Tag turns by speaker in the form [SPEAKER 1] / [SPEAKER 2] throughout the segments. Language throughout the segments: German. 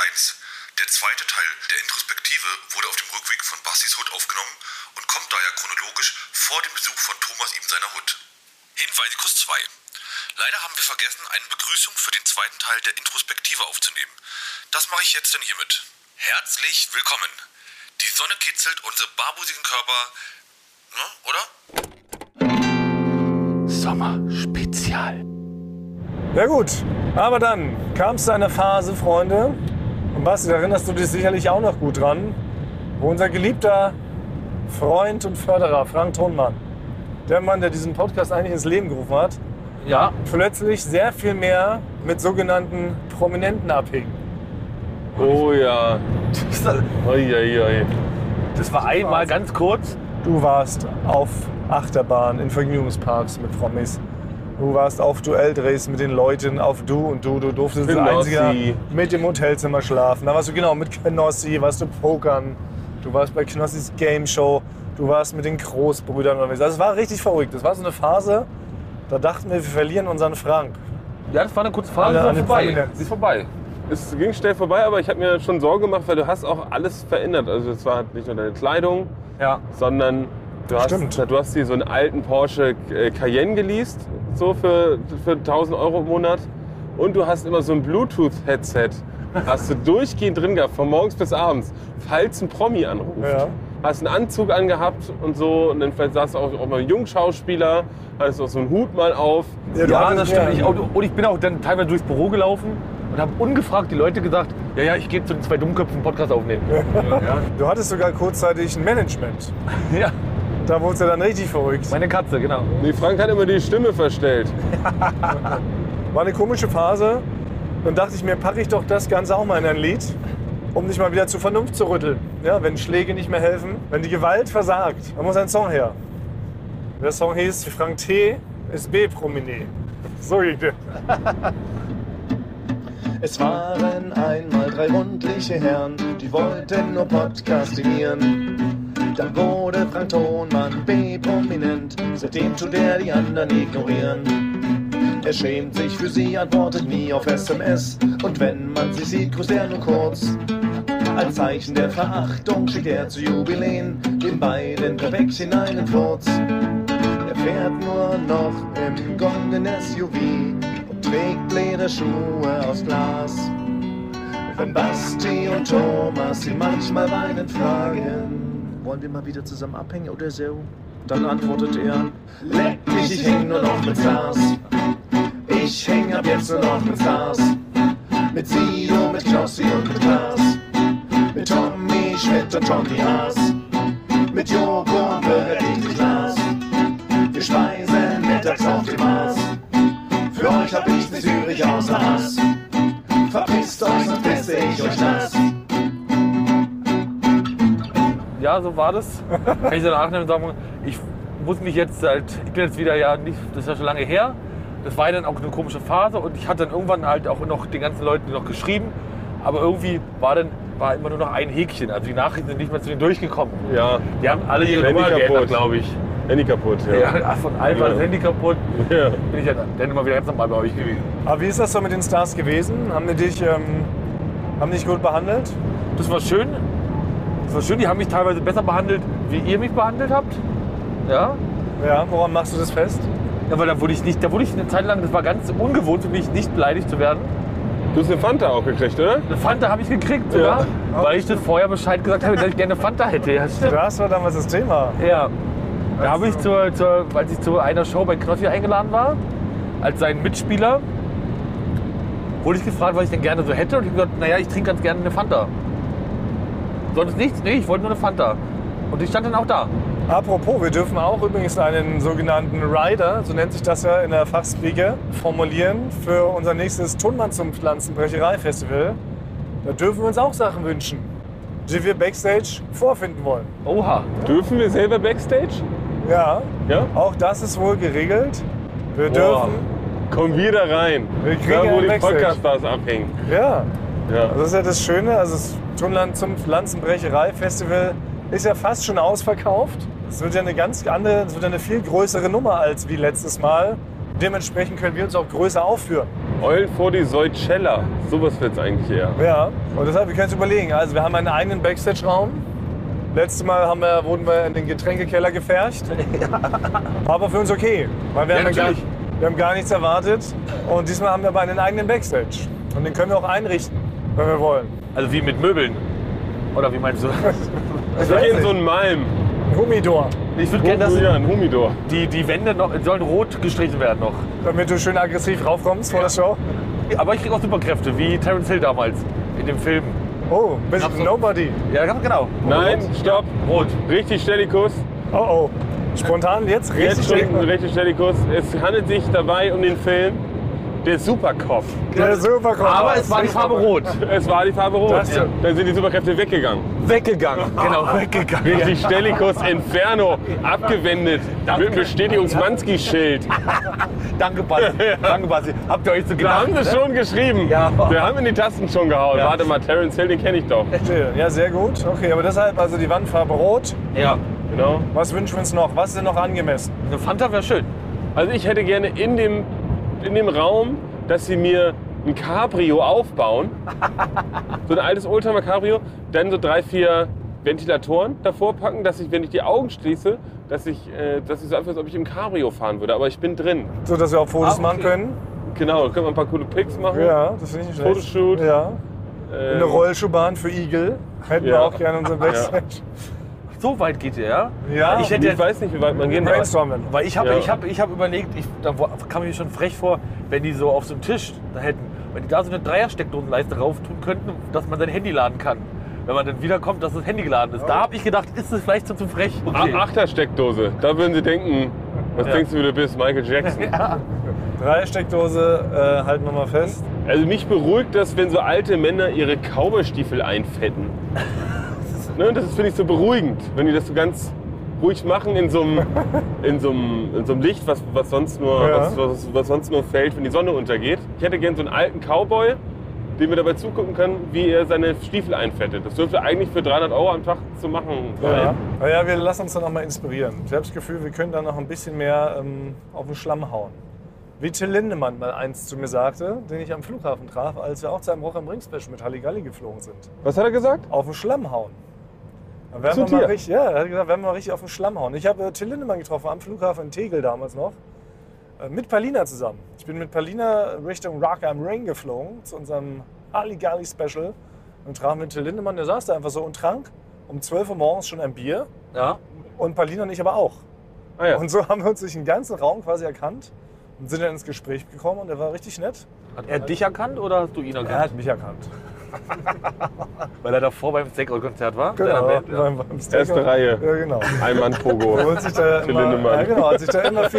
[SPEAKER 1] 1. Der zweite Teil der Introspektive wurde auf dem Rückweg von Bastis Hut aufgenommen und kommt daher chronologisch vor dem Besuch von Thomas ihm seiner Hut. Hinweisikus 2. Leider haben wir vergessen, eine Begrüßung für den zweiten Teil der Introspektive aufzunehmen. Das mache ich jetzt denn hiermit. Herzlich willkommen. Die Sonne kitzelt unsere barbusigen Körper, ne, oder?
[SPEAKER 2] Sommerspezial.
[SPEAKER 3] Ja gut, aber dann kam es zu einer Phase, Freunde, und Basti, da erinnerst du dich sicherlich auch noch gut dran, wo unser geliebter Freund und Förderer Frank Thonmann, der Mann, der diesen Podcast eigentlich ins Leben gerufen hat,
[SPEAKER 2] Ja,
[SPEAKER 3] plötzlich sehr viel mehr mit sogenannten Prominenten abhing.
[SPEAKER 4] Oh ja. Oi.
[SPEAKER 2] das war einmal ganz kurz.
[SPEAKER 3] Du warst auf Achterbahn in Vergnügungsparks mit Promis. Du warst auf Duelldrehs mit den Leuten, auf Du durftest als Einziger mit im Hotelzimmer schlafen. Da warst du genau mit Knossi, warst du pokern. Du warst bei Knossis Game Show. Du warst mit den Großbrüdern unterwegs. Also es war richtig verrückt. Das war so eine Phase, da dachten wir verlieren unseren Frank.
[SPEAKER 2] Ja, das war eine kurze Phase,
[SPEAKER 3] Alle
[SPEAKER 2] ist vorbei.
[SPEAKER 3] Prominenten.
[SPEAKER 2] Sie ist vorbei.
[SPEAKER 4] Es ging schnell vorbei, aber ich habe mir schon Sorgen gemacht, weil du hast auch alles verändert. Also es war halt nicht nur deine Kleidung,
[SPEAKER 2] Ja.
[SPEAKER 4] sondern du hast dir so einen alten Porsche Cayenne geleast, so für 1.000 Euro im Monat. Und du hast immer so ein Bluetooth-Headset, hast du durchgehend drin gehabt, von morgens bis abends, falls ein Promi anruft.
[SPEAKER 3] Ja.
[SPEAKER 4] Hast einen Anzug angehabt und so, und dann vielleicht saß du auch mal ein Jungschauspieler, hattest auch so einen Hut mal auf.
[SPEAKER 3] du
[SPEAKER 2] Ja,
[SPEAKER 3] hattest-
[SPEAKER 2] das stimmt. Und ich bin auch dann teilweise durchs Büro gelaufen und habe ungefragt die Leute gesagt, ja, ich gehe zu den zwei Dummköpfen einen Podcast aufnehmen. Ja.
[SPEAKER 3] Du hattest sogar kurzzeitig ein Management.
[SPEAKER 2] Ja,
[SPEAKER 3] Da wurde es ja dann richtig verrückt.
[SPEAKER 2] meine Katze, genau.
[SPEAKER 4] Nee, Frank hat immer die Stimme verstellt.
[SPEAKER 3] War eine komische Phase. Dann dachte ich mir, packe ich doch das Ganze auch mal in ein Lied, um dich mal wieder zur Vernunft zu rütteln. Ja, wenn Schläge nicht mehr helfen, wenn die Gewalt versagt, dann muss ein Song her. Der Song hieß Frank T. ist B-Prominé. So ging der.
[SPEAKER 5] Es waren einmal 3 rundliche Herren, die wollten nur podcastinieren. Dann wurde Frank Thonmann B-prominent, seitdem tut er die anderen ignorieren. Er schämt sich für sie, antwortet nie auf SMS, und wenn man sich sieht, grüßt er nur kurz. Als Zeichen der Verachtung schickt er zu Jubiläen den beiden per Päckchen einen Furz. Er fährt nur noch im goldenen SUV und trägt Lederschuhe aus Glas. Wenn Basti und Thomas ihn manchmal weinend fragen, wollen wir mal wieder zusammen abhängen oder so? Dann antwortet er, leck mich, ich häng nur noch mit Stars. Ich häng ab jetzt nur noch mit Stars. Mit Sido, mit Knossi und mit Klaas. Mit Tommy Schmidt und Tommy Haas. Mit Joko und berechtigtes Glas. Wir speisen mittags auf dem Mars. Für euch hab ich nicht übrig außer Hass. Verpisst euch, sonst pisse ich euch nass.
[SPEAKER 2] Ja, so war das. Kann ich so nachnehmen und sagen, ich muss mich jetzt halt, ich bin jetzt wieder ja nicht, das ist ja schon lange her. Das war ja dann auch eine komische Phase und ich hatte dann irgendwann halt auch noch den ganzen Leuten noch geschrieben. Aber irgendwie war immer nur noch ein Häkchen. Also die Nachrichten sind nicht mehr zu denen durchgekommen.
[SPEAKER 4] Ja,
[SPEAKER 2] Die haben alle ihre
[SPEAKER 4] Handy
[SPEAKER 2] Nummer geändert,
[SPEAKER 4] kaputt.
[SPEAKER 2] glaube ich.
[SPEAKER 4] Handy kaputt, ja.
[SPEAKER 2] Ja, von allen war das Handy kaputt.
[SPEAKER 4] Ja.
[SPEAKER 2] Bin ich ja dann immer wieder ganz normal bei euch gewesen.
[SPEAKER 3] Aber wie ist das so mit den Stars gewesen? Haben die dich gut behandelt?
[SPEAKER 2] Das war schön. Das war schön. Die haben mich teilweise besser behandelt, wie ihr mich behandelt habt. Ja.
[SPEAKER 3] Ja, woran machst du das fest?
[SPEAKER 2] Ja, weil da wurde ich eine Zeit lang, das war ganz ungewohnt für mich, nicht beleidigt zu werden.
[SPEAKER 4] Du hast eine Fanta auch gekriegt, oder?
[SPEAKER 2] Eine Fanta habe ich gekriegt sogar, weil ich das vorher Bescheid gesagt habe, dass ich gerne eine Fanta hätte. Ja, stimmt.
[SPEAKER 3] Das war damals das Thema.
[SPEAKER 2] Ja. Da habe ich, als ich zu einer Show bei Knossi eingeladen war, als sein Mitspieler, wurde ich gefragt, was ich denn gerne so hätte. Und ich habe gesagt, naja, ich trinke ganz gerne eine Fanta. Sonst nichts? Nee, ich wollte nur eine Fanta. Und die stand dann auch da.
[SPEAKER 3] Apropos, wir dürfen auch übrigens einen sogenannten Rider, so nennt sich das ja in der Fachspeaker, formulieren für unser nächstes Thonmann zum Pflanzenbrecherei-Festival. Da dürfen wir uns auch Sachen wünschen, die wir Backstage vorfinden wollen.
[SPEAKER 2] Oha.
[SPEAKER 4] Dürfen wir selber Backstage?
[SPEAKER 3] Ja,
[SPEAKER 4] Ja?
[SPEAKER 3] auch das ist wohl geregelt. Wir
[SPEAKER 4] Boah.
[SPEAKER 3] dürfen,
[SPEAKER 4] Kommen wir da rein.
[SPEAKER 3] Wir kriegen
[SPEAKER 4] Da, wo
[SPEAKER 3] einen
[SPEAKER 4] die
[SPEAKER 3] Backstage.
[SPEAKER 4] Podcast-Stars abhängen.
[SPEAKER 3] ja,
[SPEAKER 4] Ja.
[SPEAKER 3] das ist ja das Schöne, also das Thonmann zum Pflanzenbrecherei-Festival ist ja fast schon ausverkauft. Es wird ja eine viel größere Nummer als wie letztes Mal. Dementsprechend können wir uns auch größer aufführen.
[SPEAKER 4] Eulen vor die Seychella. Sowas wird's eigentlich eher.
[SPEAKER 3] Ja, und deshalb, wir können uns überlegen. Also wir haben einen eigenen Backstage-Raum. Letztes Mal wurden wir in den Getränkekeller gefercht. Aber für uns okay, weil wir haben gar nichts erwartet. Und diesmal haben wir aber einen eigenen Backstage. Und den können wir auch einrichten, wenn wir wollen.
[SPEAKER 2] Also wie mit Möbeln? Oder wie meinst du?
[SPEAKER 4] Das ist in so ein Malm.
[SPEAKER 3] Humidor,
[SPEAKER 2] Ich würde gerne, dass
[SPEAKER 4] Ja, ein Humidor.
[SPEAKER 2] die Wände sollen rot gestrichen werden noch.
[SPEAKER 3] damit du schön aggressiv raufkommst vor der Show.
[SPEAKER 2] Aber ich kriege auch Superkräfte, wie Terence Hill damals in dem Film.
[SPEAKER 3] Oh, bist
[SPEAKER 2] Absolut.
[SPEAKER 3] Nobody.
[SPEAKER 2] Ja, ganz genau.
[SPEAKER 4] Nein, stopp.
[SPEAKER 2] Rot.
[SPEAKER 4] Richtig Stellikus.
[SPEAKER 3] Oh. Spontan jetzt richtig
[SPEAKER 4] Jetzt schon
[SPEAKER 3] schlecht.
[SPEAKER 4] richtig Stellikus. Es handelt sich dabei um den Film Der Superkopf.
[SPEAKER 3] Der Superkopf.
[SPEAKER 2] Aber es war die Farbe rot.
[SPEAKER 4] Es war die Farbe rot.
[SPEAKER 3] Das stimmt.
[SPEAKER 4] Dann sind die Superkräfte weggegangen.
[SPEAKER 2] Weggegangen. Genau, weggegangen.
[SPEAKER 4] Richtig Stellikus Inferno. Abgewendet. Mit einem Bestätigungs-Manski-Schild.
[SPEAKER 2] Danke, Basti. Danke, Basti. Habt ihr euch so
[SPEAKER 4] Da
[SPEAKER 2] gedacht?
[SPEAKER 4] haben sie schon geschrieben.
[SPEAKER 2] Ja.
[SPEAKER 4] Wir haben in die Tasten schon gehauen.
[SPEAKER 2] Ja.
[SPEAKER 4] Warte mal, Terence Hill, den kenne ich doch.
[SPEAKER 3] Ja, sehr gut. Okay, aber deshalb also die Wandfarbe rot.
[SPEAKER 2] Ja.
[SPEAKER 4] Genau.
[SPEAKER 3] Was wünschen wir uns noch? Was ist denn noch angemessen?
[SPEAKER 2] Eine Fanta wäre schön.
[SPEAKER 4] Also ich hätte gerne in dem Raum, dass sie mir ein Cabrio aufbauen. So ein altes Oldtimer Cabrio. Dann so 3, 4 Ventilatoren davor packen, dass ich, wenn ich die Augen schließe, dass ich so einfach, als ob ich im Cabrio fahren würde. Aber ich bin drin.
[SPEAKER 3] So, dass wir auch Fotos
[SPEAKER 2] okay.
[SPEAKER 3] machen können.
[SPEAKER 4] Genau, da können wir ein paar coole Pics machen.
[SPEAKER 3] Ja, das finde ich nicht schlecht.
[SPEAKER 4] Fotoshoot.
[SPEAKER 3] Ja. Eine Rollschuhbahn für Igel. Hätten wir
[SPEAKER 4] Ja.
[SPEAKER 3] auch gerne unseren Backstage.
[SPEAKER 2] So weit geht ihr, ja?
[SPEAKER 3] Ja.
[SPEAKER 2] Ich hätte
[SPEAKER 4] Ich weiß nicht, wie weit man gehen darf.
[SPEAKER 3] Brainstormen.
[SPEAKER 2] Weil ich habe
[SPEAKER 4] Ja.
[SPEAKER 2] ich hab überlegt, da kam mir schon frech vor, wenn die so auf so einem Tisch da hätten, wenn die da so eine Dreier-Steckdosenleiste rauf tun könnten, dass man sein Handy laden kann. Wenn man dann wiederkommt, dass das Handy geladen ist. Da habe ich gedacht, ist das vielleicht so zu frech? Okay.
[SPEAKER 4] Achtersteckdose. Da würden sie denken, was denkst du, wie du bist, Michael Jackson.
[SPEAKER 3] 3 Steckdose, halten wir mal fest.
[SPEAKER 4] Also mich beruhigt das, wenn so alte Männer ihre Cowboystiefel einfetten. Ne, das finde ich so beruhigend, wenn die das so ganz ruhig machen in so einem Licht, was sonst nur,
[SPEAKER 3] Ja.
[SPEAKER 4] was sonst nur fällt, wenn die Sonne untergeht. Ich hätte gern so einen alten Cowboy, dem wir dabei zugucken können, wie er seine Stiefel einfettet. Das dürfte eigentlich für 300 € am Tag zu machen sein.
[SPEAKER 3] Ja. Naja, wir lassen uns da noch mal inspirieren. Ich habe das Gefühl, wir können da noch ein bisschen mehr auf den Schlamm hauen. Wie Till Lindemann mal einst zu mir sagte, den ich am Flughafen traf, als wir auch zu einem Rock am Ring Special mit Halligalli geflogen sind.
[SPEAKER 4] Was hat er gesagt?
[SPEAKER 3] Auf den Schlamm hauen. Dann werden
[SPEAKER 4] Zu
[SPEAKER 3] wir mal
[SPEAKER 4] dir?
[SPEAKER 3] richtig, ja, er hat gesagt, werden wir mal richtig auf den Schlamm hauen. Ich habe Till Lindemann getroffen am Flughafen in Tegel damals noch, mit Palina zusammen. Ich bin mit Palina Richtung Rock am Ring geflogen, zu unserem Halligalli Special und traf mit Till Lindemann. Der saß da einfach so und trank um 12 Uhr morgens schon ein Bier
[SPEAKER 2] Ja.
[SPEAKER 3] und Palina und ich aber auch.
[SPEAKER 4] Ah, ja.
[SPEAKER 3] Und so haben wir uns durch den ganzen Raum quasi erkannt und sind dann ins Gespräch gekommen und er war richtig nett.
[SPEAKER 2] Hat er dich erkannt oder hast du ihn
[SPEAKER 3] Er
[SPEAKER 2] erkannt?
[SPEAKER 3] hat mich erkannt.
[SPEAKER 2] Weil er davor beim Steakhouse-Konzert war?
[SPEAKER 3] Genau,
[SPEAKER 2] Seiner Band, ja.
[SPEAKER 3] beim Steak-
[SPEAKER 4] Erste Reihe.
[SPEAKER 3] Ja, genau.
[SPEAKER 4] Ein-Mann-Pogo.
[SPEAKER 3] Holt sich da
[SPEAKER 4] Till
[SPEAKER 3] immer,
[SPEAKER 4] Lindemann.
[SPEAKER 3] ja, genau, hat sich da immer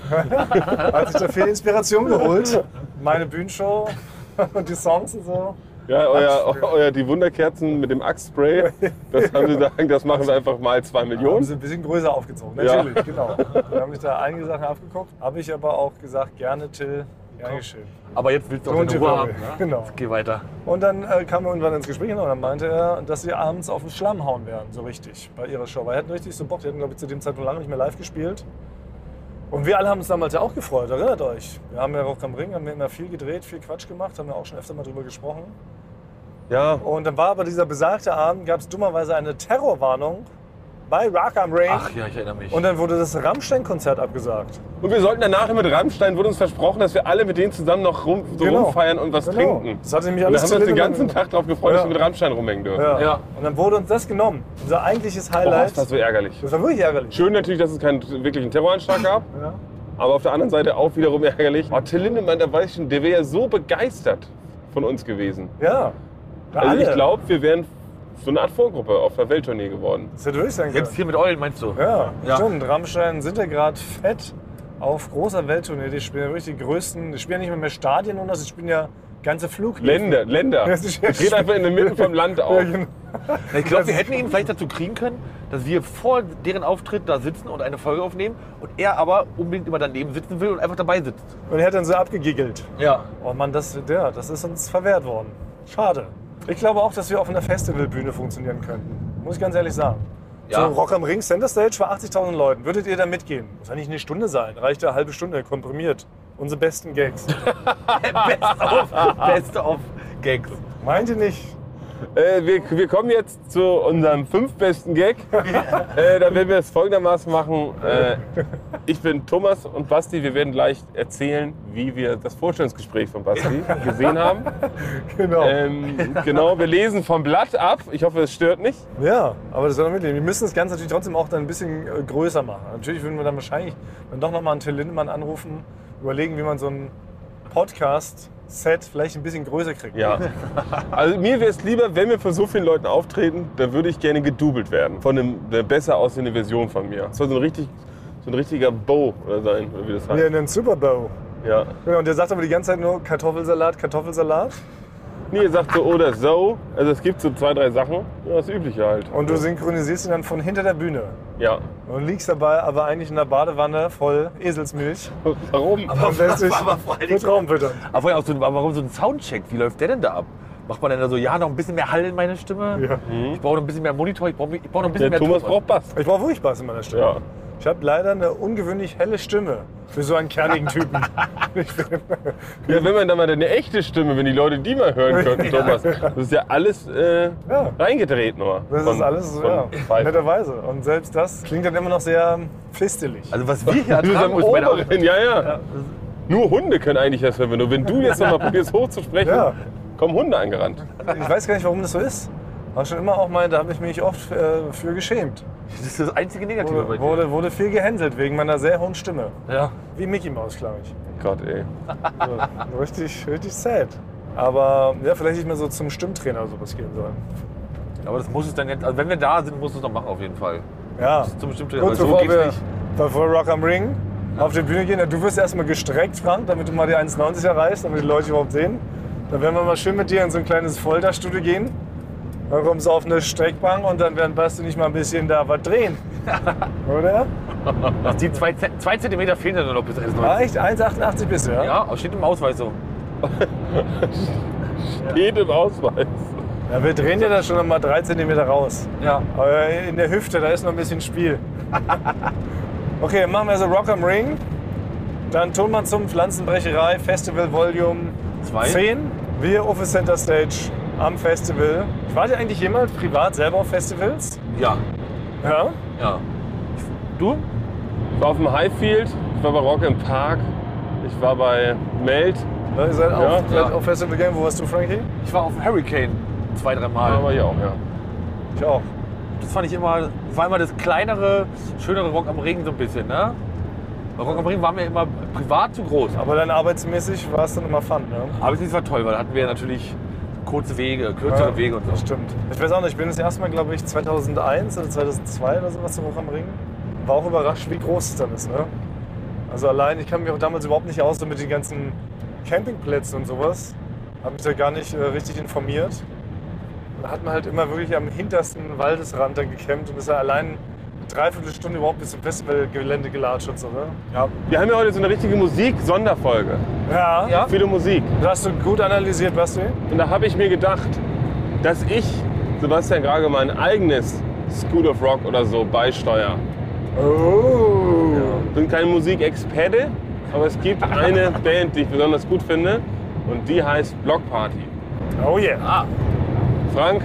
[SPEAKER 3] viel Inspiration geholt. Meine Bühnenshow und die Songs und so.
[SPEAKER 4] Ja, die Wunderkerzen mit dem Axtspray, das haben sie gesagt, das machen wir einfach mal 2
[SPEAKER 3] Haben
[SPEAKER 4] Millionen.
[SPEAKER 3] sie ein bisschen größer aufgezogen, natürlich, genau. Wir haben sich da einige Sachen abgeguckt. Habe ich aber auch gesagt, gerne Till, gern geschehen.
[SPEAKER 2] Aber jetzt willst du auch
[SPEAKER 3] Und
[SPEAKER 2] deine Ruhe haben. Ne?
[SPEAKER 3] Genau.
[SPEAKER 2] Geh weiter.
[SPEAKER 3] Und dann kamen wir irgendwann ins Gespräch und dann meinte er, dass sie abends auf den Schlamm hauen werden, so richtig, bei ihrer Show. Weil er hatten richtig so Bock, die hatten, glaube ich, zu dem Zeitpunkt lange nicht mehr live gespielt. Und wir alle haben uns damals ja auch gefreut, erinnert euch. Wir haben ja Rock am Ring, haben wir immer viel gedreht, viel Quatsch gemacht, haben wir auch schon öfter mal drüber gesprochen.
[SPEAKER 4] Ja,
[SPEAKER 3] Und dann war aber dieser besagte Abend, gab es dummerweise eine Terrorwarnung bei Rock am Ring.
[SPEAKER 2] Ach ja, ich erinnere mich.
[SPEAKER 3] Und dann wurde das Rammstein-Konzert abgesagt.
[SPEAKER 4] und wir sollten danach mit Rammstein, wurde uns versprochen, dass wir alle mit denen zusammen noch rumfeiern und was trinken.
[SPEAKER 3] Das hatte nämlich
[SPEAKER 4] Und da
[SPEAKER 3] alles
[SPEAKER 4] haben wir uns den
[SPEAKER 3] Till
[SPEAKER 4] ganzen
[SPEAKER 3] Lindemann
[SPEAKER 4] Tag darauf gefreut, dass
[SPEAKER 3] Ja.
[SPEAKER 4] wir mit Rammstein rumhängen dürfen.
[SPEAKER 3] Ja.
[SPEAKER 2] Ja.
[SPEAKER 3] Und dann wurde uns das genommen. Unser eigentliches
[SPEAKER 4] Boah,
[SPEAKER 3] Highlight.
[SPEAKER 4] das war so ärgerlich.
[SPEAKER 3] Das war wirklich ärgerlich.
[SPEAKER 4] Schön natürlich, dass es keinen wirklichen Terroranschlag gab,
[SPEAKER 3] Ja.
[SPEAKER 4] aber auf der anderen Seite auch wiederum ärgerlich. Oh, Till Lindemann, da weiß ich schon, der wäre ja so begeistert von uns gewesen.
[SPEAKER 3] Ja.
[SPEAKER 4] Also ich glaube, wir wären so eine Art Vorgruppe auf der Welttournee geworden.
[SPEAKER 3] Das hätte wirklich sein können.
[SPEAKER 2] Jetzt hier mit Eulen, meinst du?
[SPEAKER 3] Ja,
[SPEAKER 2] Ja.
[SPEAKER 3] stimmt. Rammstein sind ja gerade fett auf großer Welttournee. Die spielen ja wirklich die größten. Die spielen ja nicht mehr Stadien und das, die spielen ja ganze Flughäfen.
[SPEAKER 4] Länder.
[SPEAKER 3] Ja, sicher.
[SPEAKER 4] Wir gehen einfach in der Mitte vom Land auf.
[SPEAKER 3] Ja, genau.
[SPEAKER 2] Ich glaube, wir hätten ihn vielleicht dazu kriegen können, dass wir vor deren Auftritt da sitzen und eine Folge aufnehmen und er aber unbedingt immer daneben sitzen will und einfach dabei sitzt.
[SPEAKER 3] Und er hat dann so abgegiggelt.
[SPEAKER 2] Ja.
[SPEAKER 3] Oh Mann, das ist uns verwehrt worden. Schade. Ich glaube auch, dass wir auf einer Festivalbühne funktionieren könnten. Muss ich ganz ehrlich sagen.
[SPEAKER 2] Ja.
[SPEAKER 3] So Rock am Ring Center Stage vor 80.000 Leuten. Würdet ihr da mitgehen? Muss ja nicht eine Stunde sein. Reicht ja eine halbe Stunde komprimiert. unsere besten Gags.
[SPEAKER 2] Best of Gags.
[SPEAKER 3] Meint ihr nicht?
[SPEAKER 4] Wir kommen jetzt zu unserem 5 besten Gag. Da werden wir es folgendermaßen machen. Ich bin Thomas und Basti. Wir werden gleich erzählen, wie wir das Vorstellungsgespräch von Basti gesehen haben.
[SPEAKER 3] Genau.
[SPEAKER 4] Genau, wir lesen vom Blatt ab. Ich hoffe, es stört nicht.
[SPEAKER 3] Ja, aber das soll doch mitleben. Wir müssen das Ganze natürlich trotzdem auch dann ein bisschen größer machen. Natürlich würden wir dann wahrscheinlich dann doch nochmal einen Till Lindemann anrufen, überlegen, wie man so ein Podcast-Set vielleicht ein bisschen größer kriegt.
[SPEAKER 4] Ja. Also mir wäre es lieber, wenn wir vor so vielen Leuten auftreten, dann würde ich gerne gedoubelt werden. Von einer besser aussehenden Version von mir. Das soll so ein richtiger Bow oder sein, oder wie das heißt.
[SPEAKER 3] Ja, einen Super Bowl.
[SPEAKER 4] Ja.
[SPEAKER 3] Ja, und der sagt aber die ganze Zeit nur Kartoffelsalat, Kartoffelsalat.
[SPEAKER 4] Nee, ihr sagt so oder so. Also es gibt so 2, 3 Sachen. Ja, das Übliche halt.
[SPEAKER 3] Und du synchronisierst ihn dann von hinter der Bühne.
[SPEAKER 4] Ja.
[SPEAKER 3] Und liegst dabei aber eigentlich in der Badewanne voll Eselsmilch.
[SPEAKER 4] Warum?
[SPEAKER 3] Und lässt dich für Traum füttern.
[SPEAKER 2] Aber warum so ein Soundcheck? Wie läuft der denn da ab? Macht man denn da so, ja, noch ein bisschen mehr Hall in meine Stimme?
[SPEAKER 3] Ja.
[SPEAKER 2] Ich brauche noch ein bisschen mehr Monitor, ich brauche noch ein bisschen
[SPEAKER 4] Der
[SPEAKER 2] mehr
[SPEAKER 4] Thomas
[SPEAKER 2] Ton.
[SPEAKER 4] braucht Bass.
[SPEAKER 3] Ich brauche wirklich Bass in meiner Stimme.
[SPEAKER 4] Ja.
[SPEAKER 3] Ich habe leider eine ungewöhnlich helle Stimme für so einen kernigen Typen.
[SPEAKER 4] Ja, wenn man da mal deine echte Stimme, wenn die Leute die mal hören könnten, Thomas. Das ist ja alles reingedreht nur.
[SPEAKER 3] Das ist alles, netterweise. Und selbst das klingt dann immer noch sehr fistelig.
[SPEAKER 2] Also was wir hier
[SPEAKER 4] Du
[SPEAKER 2] ertragen,
[SPEAKER 4] sagst
[SPEAKER 2] ist meine
[SPEAKER 4] Oberin, ja. Nur Hunde können eigentlich das hören. Wenn du jetzt noch mal probierst hochzusprechen,
[SPEAKER 3] Ja.
[SPEAKER 4] kommen Hunde angerannt.
[SPEAKER 3] Ich weiß gar nicht, warum das so ist. War schon immer auch mal, da habe ich mich oft für geschämt.
[SPEAKER 2] Das ist das einzige Negative bei dir.
[SPEAKER 3] Wurde viel gehänselt wegen meiner sehr hohen Stimme.
[SPEAKER 2] Ja.
[SPEAKER 3] Wie Mickey Mouse, glaube ich.
[SPEAKER 4] Gott, ey.
[SPEAKER 3] So, richtig sad. Aber ja, vielleicht nicht mehr so zum Stimmtrainer oder sowas gehen sollen.
[SPEAKER 2] Aber das muss es dann jetzt, also wenn wir da sind, muss es noch machen auf jeden Fall.
[SPEAKER 3] Ja.
[SPEAKER 2] Zum bestimmten
[SPEAKER 3] Gut,
[SPEAKER 2] so geht's nicht.
[SPEAKER 3] bevor Rock am Ring auf die Bühne gehen, du wirst erstmal gestreckt, Frank, damit du mal die 1,90 erreichst, damit die Leute überhaupt sehen. Dann werden wir mal schön mit dir in so ein kleines Folterstudio gehen. Dann kommst du auf eine Streckbank und dann werden Basti nicht mal ein bisschen da was drehen. Oder?
[SPEAKER 2] Die 2 Zentimeter fehlen ja nur noch bis 1,90.
[SPEAKER 3] Ah, echt? 1,88 bist du, ja?
[SPEAKER 2] Ja, steht im Ausweis so.
[SPEAKER 4] Steht im Ausweis.
[SPEAKER 3] Ja, wir drehen ja da schon noch mal 3 cm raus.
[SPEAKER 2] Ja.
[SPEAKER 3] Aber in der Hüfte, da ist noch ein bisschen Spiel. Okay, dann machen wir so Rock am Ring. Dann tun wir zum Pflanzenbrecherei Festival Volume 10. Wir auf der Center Stage am Festival. Wart ihr eigentlich jemand privat selber auf Festivals?
[SPEAKER 2] Ja.
[SPEAKER 3] Ja?
[SPEAKER 2] Ja. Du?
[SPEAKER 4] Ich war auf dem Highfield, ich war bei Rock im Park, ich war bei Melt.
[SPEAKER 3] Ihr seid
[SPEAKER 4] Ja,
[SPEAKER 3] auch
[SPEAKER 2] ja.
[SPEAKER 3] auf Festival gegangen. Wo warst du, Frankie?
[SPEAKER 2] Ich war auf Hurricane 2, 3 Mal.
[SPEAKER 4] Aber ja auch, ja.
[SPEAKER 3] Ich auch.
[SPEAKER 2] Das fand ich immer, das war immer das kleinere, schönere Rock am Ring so ein bisschen, ne? Bei Rock am Ring waren wir immer privat zu groß.
[SPEAKER 3] Aber dann arbeitsmäßig war es dann immer Fun, ne?
[SPEAKER 2] Aber es war toll, weil da hatten wir natürlich kurze Wege, kürzere Wege und so.
[SPEAKER 3] Stimmt. Ich weiß auch nicht, ich bin das erste Mal, glaube ich, 2001 oder 2002 oder sowas zum Rock am Ring. War auch überrascht, wie groß es dann ist, ne? Also allein, ich kann mich auch damals überhaupt nicht aus so mit den ganzen Campingplätzen und sowas. Habe mich da gar nicht richtig informiert. Da hat man halt immer wirklich am hintersten Waldesrand dann gecampt und ist ja allein eine Dreiviertelstunde überhaupt bis zum Festivalgelände gelatscht und so, ne?
[SPEAKER 2] Ja.
[SPEAKER 4] Wir haben ja heute so eine richtige Musik-Sonderfolge.
[SPEAKER 3] Ja.
[SPEAKER 2] Ja.
[SPEAKER 4] Viele Musik.
[SPEAKER 3] Das hast du gut analysiert, Basti.
[SPEAKER 4] Und da habe ich mir gedacht, dass ich, Sebastian Grage, mein eigenes School of Rock oder so beisteuere.
[SPEAKER 3] Oh.
[SPEAKER 4] Ich bin kein Musikexperte, aber es gibt eine Band, die ich besonders gut finde und die heißt Block Party.
[SPEAKER 3] Oh yeah.
[SPEAKER 2] Ah,
[SPEAKER 4] Frank,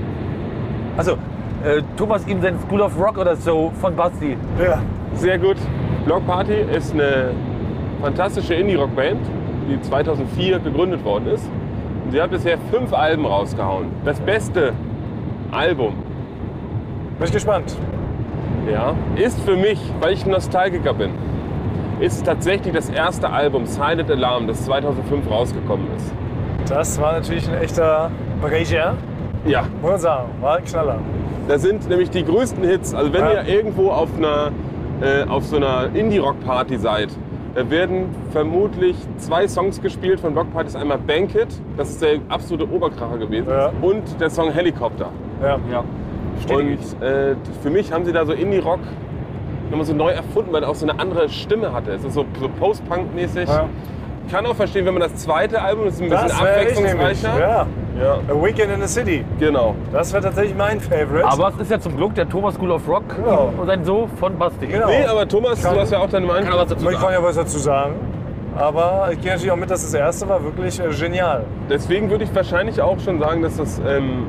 [SPEAKER 2] also Thomas ihm sein School of Rock oder so von Basti.
[SPEAKER 3] Ja.
[SPEAKER 4] sehr gut. Block Party ist eine fantastische Indie-Rock-Band, die 2004 gegründet worden ist. Und sie hat bisher 5 Alben rausgehauen. Das beste Album,
[SPEAKER 3] Bin ich gespannt.
[SPEAKER 4] ja, ist für mich, weil ich ein Nostalgiker bin, ist tatsächlich das erste Album Silent Alarm, das 2005 rausgekommen ist.
[SPEAKER 3] Das war natürlich ein echter Brecher.
[SPEAKER 4] Ja,
[SPEAKER 3] Muss man sagen, war ein Knaller.
[SPEAKER 4] da sind nämlich die größten Hits. Also wenn
[SPEAKER 3] Ja.
[SPEAKER 4] ihr irgendwo auf so einer Indie-Rock-Party seid, da werden vermutlich 2 Songs gespielt von Block Party. Das ist einmal Banquet, das ist der absolute Oberkracher gewesen,
[SPEAKER 3] Ja.
[SPEAKER 4] und der Song Helicopter.
[SPEAKER 3] Ja.
[SPEAKER 2] Ja.
[SPEAKER 4] Und für mich haben sie da so Indie-Rock nochmal so neu erfunden, weil er auch so eine andere Stimme hatte. Es ist so Post-Punk-mäßig.
[SPEAKER 3] Ja.
[SPEAKER 4] Ich kann auch verstehen, wenn man das zweite Album, das ist ein bisschen
[SPEAKER 3] Das wäre ich nämlich.
[SPEAKER 4] abwechslungsreicher.
[SPEAKER 3] Ja.
[SPEAKER 4] Ja,
[SPEAKER 3] A Weekend in the City.
[SPEAKER 4] genau.
[SPEAKER 3] Das wäre tatsächlich mein Favorite.
[SPEAKER 2] Aber es ist ja zum Glück der Thomas School of Rock
[SPEAKER 3] Genau.
[SPEAKER 2] und sein So von Basti.
[SPEAKER 3] Genau.
[SPEAKER 4] Nee, aber Thomas, du hast ja auch deine Meinung.
[SPEAKER 2] Kann er was dazu
[SPEAKER 3] Ich kann
[SPEAKER 2] sagen?
[SPEAKER 3] ja was dazu sagen. Aber ich gehe natürlich auch mit, dass das erste war wirklich genial.
[SPEAKER 4] Deswegen würde ich wahrscheinlich auch schon sagen, dass das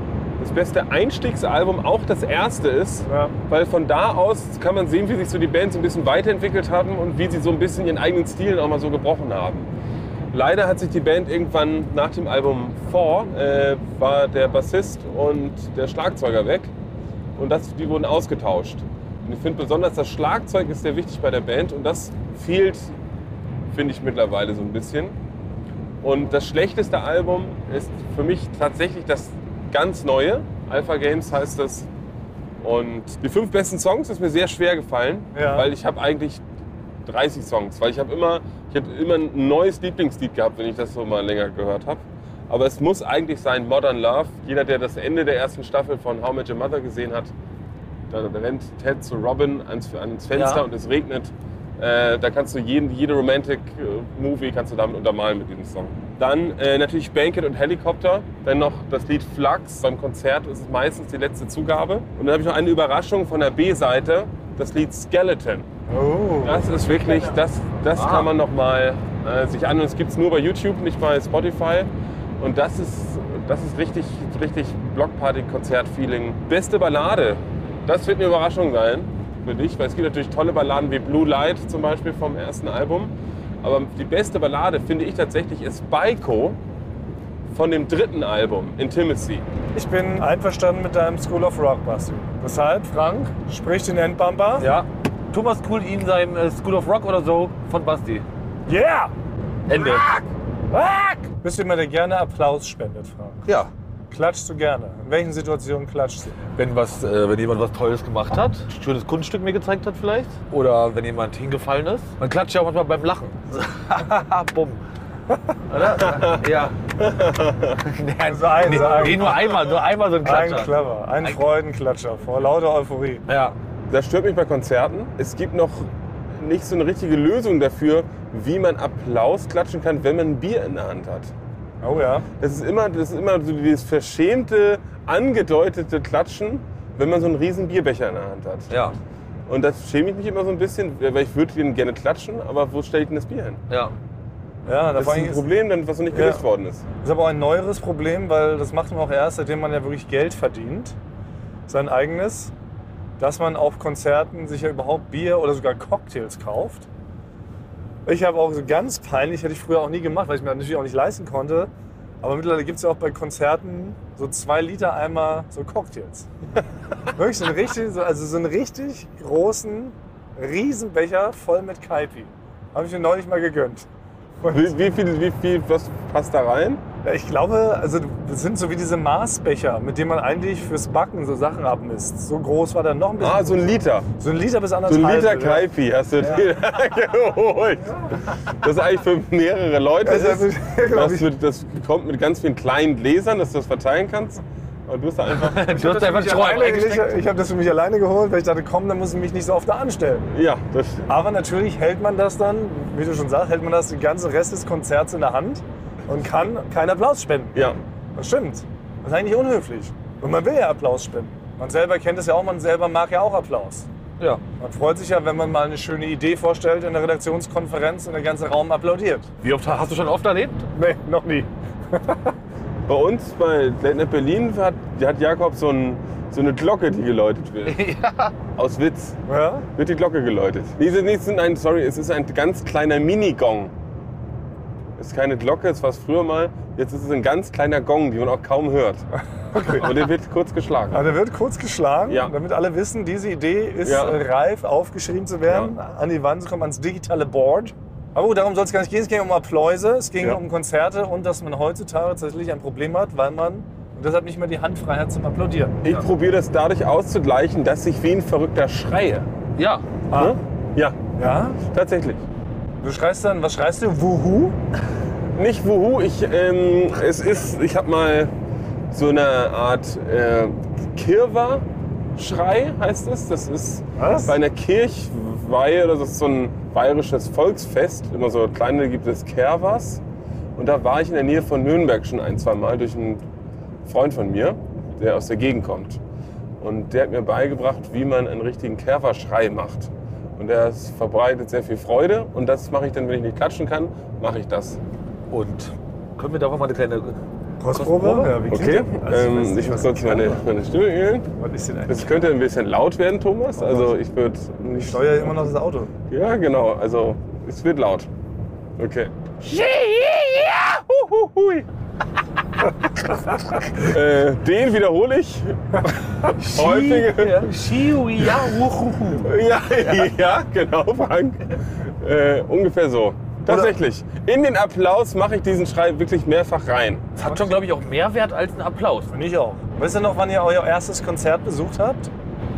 [SPEAKER 4] beste Einstiegsalbum auch das erste ist.
[SPEAKER 3] Ja.
[SPEAKER 4] Weil von da aus kann man sehen, wie sich so die Bands ein bisschen weiterentwickelt haben und wie sie so ein bisschen ihren eigenen Stilen auch mal so gebrochen haben. Leider hat sich die Band irgendwann nach dem Album 4 war der Bassist und der Schlagzeuger weg und die wurden ausgetauscht. Und ich finde besonders das Schlagzeug ist sehr wichtig bei der Band und das fehlt, finde ich mittlerweile so ein bisschen. Und das schlechteste Album ist für mich tatsächlich das ganz neue. Alpha Games heißt das. Und die 5 besten Songs ist mir sehr schwer gefallen, weil ich habe eigentlich 30 Songs, weil ich habe immer ein neues Lieblingslied gehabt, wenn ich das so mal länger gehört habe. Aber es muss eigentlich sein Modern Love. Jeder, der das Ende der ersten Staffel von How I Met Your Mother gesehen hat, da rennt Ted zu Robin ans Fenster und es regnet. Da kannst du jede Romantic-Movie kannst du damit untermalen mit diesem Song. Dann natürlich Banquet und Helicopter. Dann noch das Lied Flux. Beim Konzert ist es meistens die letzte Zugabe. Und dann habe ich noch eine Überraschung von der B-Seite. Das Lied Skeleton.
[SPEAKER 3] Oh.
[SPEAKER 4] Das ist wirklich, das kann man noch mal sich anhören. Das gibt es nur bei YouTube, nicht bei Spotify. Und das ist richtig Blockparty-Konzert-Feeling. Beste Ballade, das wird eine Überraschung sein für dich, weil es gibt natürlich tolle Balladen wie Blue Light zum Beispiel vom ersten Album. Aber die beste Ballade, finde ich tatsächlich, ist Baiko von dem 3. Album, Intimacy.
[SPEAKER 3] Ich bin einverstanden mit deinem School of Rock, Basti. Deshalb, Frank, sprich den Endbumper.
[SPEAKER 2] Ja. Thomas Kuhl, ihn sein School of Rock oder so von Basti.
[SPEAKER 3] Yeah!
[SPEAKER 2] Ende.
[SPEAKER 3] Rock! Bist du jemand, der gerne Applaus spendet, Frank?
[SPEAKER 2] Ja.
[SPEAKER 3] Klatschst du gerne? In welchen Situationen klatschst du?
[SPEAKER 2] Wenn jemand was Tolles gemacht hat, ein schönes Kunststück mir gezeigt hat vielleicht. Oder wenn jemand hingefallen ist. Man klatscht ja auch manchmal beim Lachen. Bumm. Oder? Ja. Nur einmal so ein Klatscher.
[SPEAKER 3] Ein Clever, ein Freudenklatscher vor lauter Euphorie.
[SPEAKER 2] Ja.
[SPEAKER 4] Das stört mich bei Konzerten. Es gibt noch nicht so eine richtige Lösung dafür, wie man Applaus klatschen kann, wenn man ein Bier in der Hand hat.
[SPEAKER 3] Oh ja.
[SPEAKER 4] Das ist immer so dieses verschämte, angedeutete Klatschen, wenn man so einen riesen Bierbecher in der Hand hat.
[SPEAKER 2] Ja.
[SPEAKER 4] Und das schäme ich mich immer so ein bisschen, weil ich würde den gerne klatschen, aber wo stelle ich denn das Bier hin?
[SPEAKER 2] Ja.
[SPEAKER 3] Ja,
[SPEAKER 4] Das ist ein Problem, was noch nicht gelöst worden ist.
[SPEAKER 3] Ist aber auch ein neueres Problem, weil das macht man auch erst, seitdem man ja wirklich Geld verdient. Sein eigenes. Dass man auf Konzerten sich ja überhaupt Bier oder sogar Cocktails kauft. Ich habe auch so ganz peinlich, hätte ich früher auch nie gemacht, weil ich mir das natürlich auch nicht leisten konnte. Aber mittlerweile gibt es ja auch bei Konzerten so 2 Liter Eimer so Cocktails. Wirklich so einen richtig großen Riesenbecher voll mit Kaipi. Habe ich mir neulich mal gegönnt.
[SPEAKER 4] Wie viel, was passt da rein?
[SPEAKER 3] Ja, ich glaube, also das sind so wie diese Maßbecher, mit denen man eigentlich fürs Backen so Sachen abmisst. So groß war der noch ein bisschen.
[SPEAKER 4] Ah, so ein Liter.
[SPEAKER 3] So ein Liter bis
[SPEAKER 4] So
[SPEAKER 3] anderthalb.
[SPEAKER 4] ein Liter Kaipi hast du dir geholt. Das ist eigentlich für mehrere Leute. Das kommt mit ganz vielen kleinen Gläsern, dass du das verteilen kannst. Aber du hast einfach
[SPEAKER 3] Ich habe das für mich alleine geholt, weil ich dachte, komm, dann muss ich mich nicht so oft da anstellen.
[SPEAKER 4] Ja, das
[SPEAKER 3] Aber natürlich hält man das dann, wie du schon sagst, hält man das den ganzen Rest des Konzerts in der Hand und kann keinen Applaus spenden.
[SPEAKER 4] Ja.
[SPEAKER 3] Das stimmt. Das ist eigentlich unhöflich. Und man will ja Applaus spenden. Man selber kennt es ja auch, man selber mag ja auch Applaus.
[SPEAKER 2] Ja.
[SPEAKER 3] Man freut sich ja, wenn man mal eine schöne Idee vorstellt in der Redaktionskonferenz und der ganze Raum applaudiert.
[SPEAKER 2] Wie oft hast du schon oft erlebt?
[SPEAKER 3] Nee, noch nie.
[SPEAKER 4] Bei uns bei Late Night Berlin hat Jakob so eine Glocke, die geläutet wird.
[SPEAKER 2] Ja.
[SPEAKER 4] Aus Witz
[SPEAKER 3] Ja?
[SPEAKER 4] wird die Glocke geläutet. Es ist ein ganz kleiner Minigong. Es ist keine Glocke, es war es früher mal. Jetzt ist es ein ganz kleiner Gong, den man auch kaum hört. Okay. Und der wird kurz geschlagen.
[SPEAKER 3] Aber der wird kurz geschlagen,
[SPEAKER 4] Ja.
[SPEAKER 3] damit alle wissen, diese Idee ist
[SPEAKER 4] Ja.
[SPEAKER 3] reif, aufgeschrieben zu werden, an die Wand zu kommen, ans digitale Board. Aber gut, darum soll es gar nicht gehen. Es ging um Appläuse, es ging um Konzerte und dass man heutzutage tatsächlich ein Problem hat, weil man deshalb nicht mehr die Hand frei hat zum Applaudieren.
[SPEAKER 4] Ich probiere das dadurch auszugleichen, dass ich wie ein Verrückter schreie.
[SPEAKER 2] Ja.
[SPEAKER 4] Ne? Ja,
[SPEAKER 3] Ja?
[SPEAKER 4] tatsächlich.
[SPEAKER 3] Du schreist dann, was schreist du? Wuhu?
[SPEAKER 4] Nicht Wuhu, ich habe mal so eine Art Kirwa-Schrei, heißt es. Das ist
[SPEAKER 3] Was?
[SPEAKER 4] bei einer Kirchweihe, das ist so ein bayerisches Volksfest. Immer so kleine gibt es Kerwas. Und da war ich in der Nähe von Nürnberg schon 1-2 Mal durch einen Freund von mir, der aus der Gegend kommt. Und der hat mir beigebracht, wie man einen richtigen Kerwa-Schrei macht. Und der verbreitet sehr viel Freude. Und das mache ich dann, wenn ich nicht klatschen kann, mache ich das.
[SPEAKER 2] Und können wir da auch mal eine kleine
[SPEAKER 3] Kostprobe? Ja, wie
[SPEAKER 4] Okay,
[SPEAKER 3] klingt
[SPEAKER 4] ich muss kurz meine Stimme üben.
[SPEAKER 3] Was ist denn eigentlich?
[SPEAKER 4] Das könnte ein bisschen laut werden, Thomas. Also ich würde
[SPEAKER 3] Ich
[SPEAKER 4] nicht...
[SPEAKER 3] steuere immer noch das Auto.
[SPEAKER 4] Ja, genau. Also es wird laut. Okay. Den wiederhole ich. Häufiger. Ja, genau, Frank. Ungefähr so. Tatsächlich. In den Applaus mache ich diesen Schrei wirklich mehrfach rein.
[SPEAKER 2] Das hat schon, glaube ich, auch mehr Wert als ein Applaus.
[SPEAKER 3] Und ich auch. Wisst ihr noch, wann ihr euer erstes Konzert besucht habt?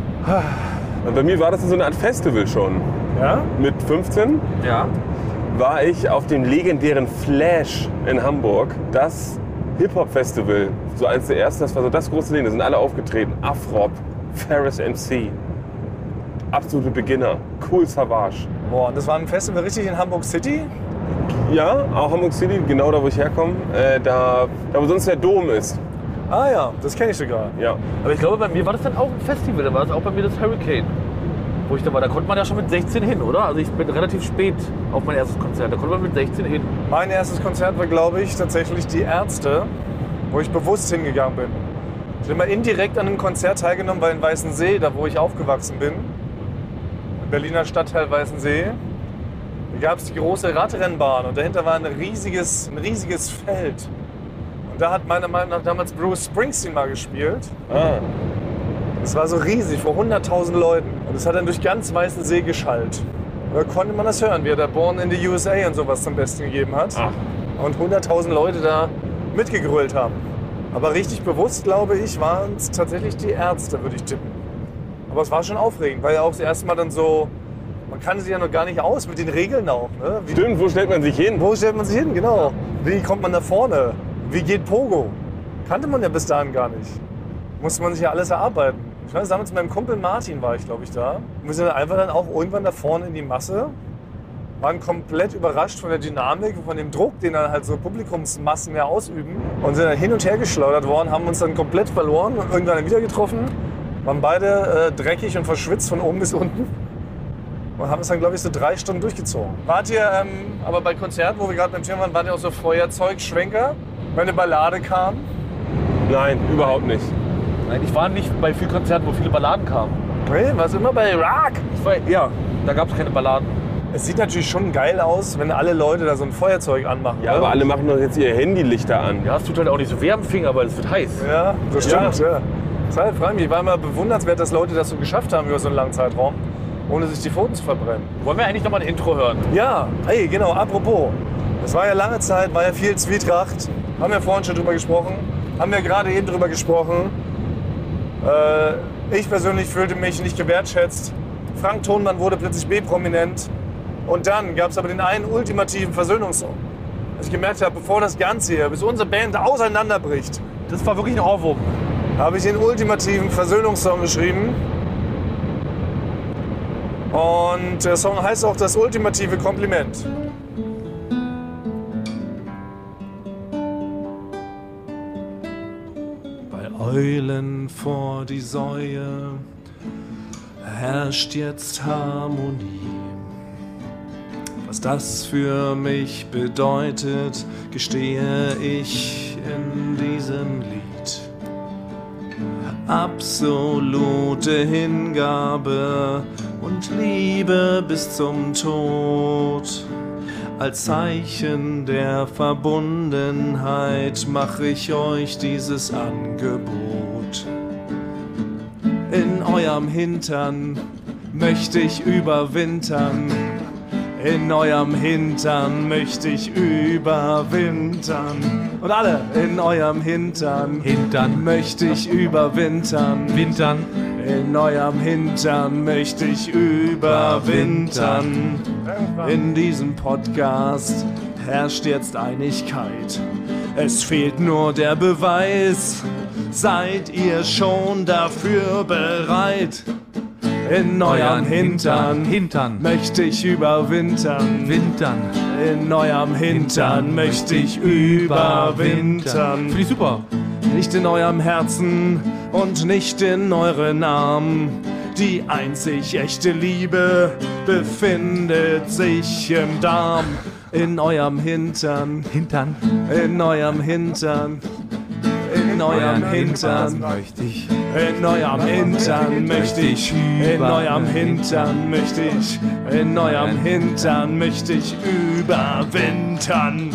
[SPEAKER 4] Und bei mir war das so eine Art Festival schon.
[SPEAKER 3] Ja?
[SPEAKER 4] Mit 15
[SPEAKER 2] Ja.
[SPEAKER 4] war ich auf dem legendären Flash in Hamburg. Das Hip-Hop-Festival. So eins der ersten, das war so das große Ding. Da sind alle aufgetreten. Afrop, Ferris MC. Absolute Beginner. Cool Savage.
[SPEAKER 3] Boah, und das war ein Festival richtig in Hamburg City?
[SPEAKER 4] Ja, auch Hamburg City, genau da, wo ich herkomme. Da wo sonst der Dom ist.
[SPEAKER 3] Ah ja, das kenne ich sogar.
[SPEAKER 4] Ja.
[SPEAKER 2] Aber ich glaube, bei mir war das dann auch ein Festival. Da war das auch bei mir das Hurricane. Wo ich da war. Da konnte man ja schon mit 16 hin, oder? Also ich bin relativ spät auf mein erstes Konzert. Da konnte man mit 16 hin.
[SPEAKER 3] Mein erstes Konzert war, glaube ich, tatsächlich die Ärzte, wo ich bewusst hingegangen bin. Ich habe mal indirekt an einem Konzert teilgenommen, weil in Weißensee, da wo ich aufgewachsen bin, im Berliner Stadtteil Weißensee, da gab es die große Radrennbahn und dahinter war ein riesiges Feld. Und da hat meiner Meinung nach damals Bruce Springsteen mal gespielt.
[SPEAKER 4] Ah.
[SPEAKER 3] Es war so riesig, vor 100.000 Leuten. Und es hat dann durch ganz Weißensee geschallt. Und da konnte man das hören, wie er da Born in the USA und sowas zum Besten gegeben hat.
[SPEAKER 4] Ach.
[SPEAKER 3] Und 100.000 Leute da mitgegrölt haben. Aber richtig bewusst, glaube ich, waren es tatsächlich die Ärzte, würde ich tippen. Aber es war schon aufregend, weil ja auch das erste Mal dann so, man kannte sich ja noch gar nicht aus mit den Regeln auch. Ne?
[SPEAKER 4] Stimmt, wo stellt man sich hin?
[SPEAKER 3] Wo stellt man sich hin, genau. Wie kommt man da vorne? Wie geht Pogo? Kannte man ja bis dahin gar nicht. Musste man sich ja alles erarbeiten. Ich weiß, damals mit meinem Kumpel Martin war ich, glaube ich, da. Wir sind dann einfach dann auch irgendwann da vorne in die Masse. Waren komplett überrascht von der Dynamik, von dem Druck, den dann halt so Publikumsmassen ja ausüben. Und sind dann hin und her geschleudert worden, haben uns dann komplett verloren und irgendwann dann wieder getroffen. Waren beide dreckig und verschwitzt von oben bis unten. Und haben es dann, glaube ich, so 3 Stunden durchgezogen. Wart ihr aber bei Konzerten, wo wir gerade beim Thema waren, wart ihr auch so Feuerzeugschwenker, wenn eine Ballade kam?
[SPEAKER 4] Nein, überhaupt nicht.
[SPEAKER 2] Nein, ich war nicht bei vielen Konzerten, wo viele Balladen kamen.
[SPEAKER 3] Nee, warst du immer bei Rock?
[SPEAKER 2] Ja, da gab es keine Balladen.
[SPEAKER 3] Es sieht natürlich schon geil aus, wenn alle Leute da so ein Feuerzeug anmachen.
[SPEAKER 4] Ja, aber alle machen doch jetzt ihr Handylichter an.
[SPEAKER 2] Ja, es tut halt auch nicht so weh am Finger, weil es wird heiß.
[SPEAKER 3] Ja, das stimmt, ja. Das freut mich. War immer bewundernswert, dass Leute das so geschafft haben über so einen langen Zeitraum, ohne sich die Pfoten zu verbrennen.
[SPEAKER 2] Wollen wir eigentlich noch mal ein Intro hören?
[SPEAKER 3] Ja, hey, genau, apropos. Es war ja lange Zeit, war ja viel Zwietracht. Haben wir vorhin schon drüber gesprochen. Haben wir gerade eben drüber gesprochen. Ich persönlich fühlte mich nicht gewertschätzt. Frank Thonmann wurde plötzlich B-prominent. Und dann gab es aber den einen ultimativen Versöhnungssong. Als ich gemerkt habe, bevor das Ganze hier, bis unsere Band auseinanderbricht,
[SPEAKER 2] Das war wirklich ein Ohrwurm.
[SPEAKER 3] habe ich den ultimativen Versöhnungssong geschrieben. Und der Song heißt auch das ultimative Kompliment. Bei Eulen vor die Säue herrscht jetzt Harmonie. Was das für mich bedeutet, gestehe ich in diesem Lied. Absolute Hingabe und Liebe bis zum Tod. Als Zeichen der Verbundenheit mache ich euch dieses Angebot. In eurem Hintern möchte ich überwintern. In eurem Hintern möchte ich überwintern. Und alle, in eurem Hintern möchte ich überwintern.
[SPEAKER 2] Wintern.
[SPEAKER 3] In eurem Hintern möchte ich überwintern. In diesem Podcast herrscht jetzt Einigkeit. Es fehlt nur der Beweis. Seid ihr schon dafür bereit? In eurem Hintern möchte ich überwintern.
[SPEAKER 2] Wintern.
[SPEAKER 3] In eurem Hintern möchte ich überwintern.
[SPEAKER 2] Finde ich super.
[SPEAKER 3] Nicht in eurem Herzen und nicht in euren Armen. Die einzig echte Liebe befindet sich im Darm, in eurem Hintern, in eurem Hintern, in eurem Hintern möchte ich, in eurem Hintern möchte ich, in eurem Hintern möchte ich, in eurem Hintern möchte ich überwintern.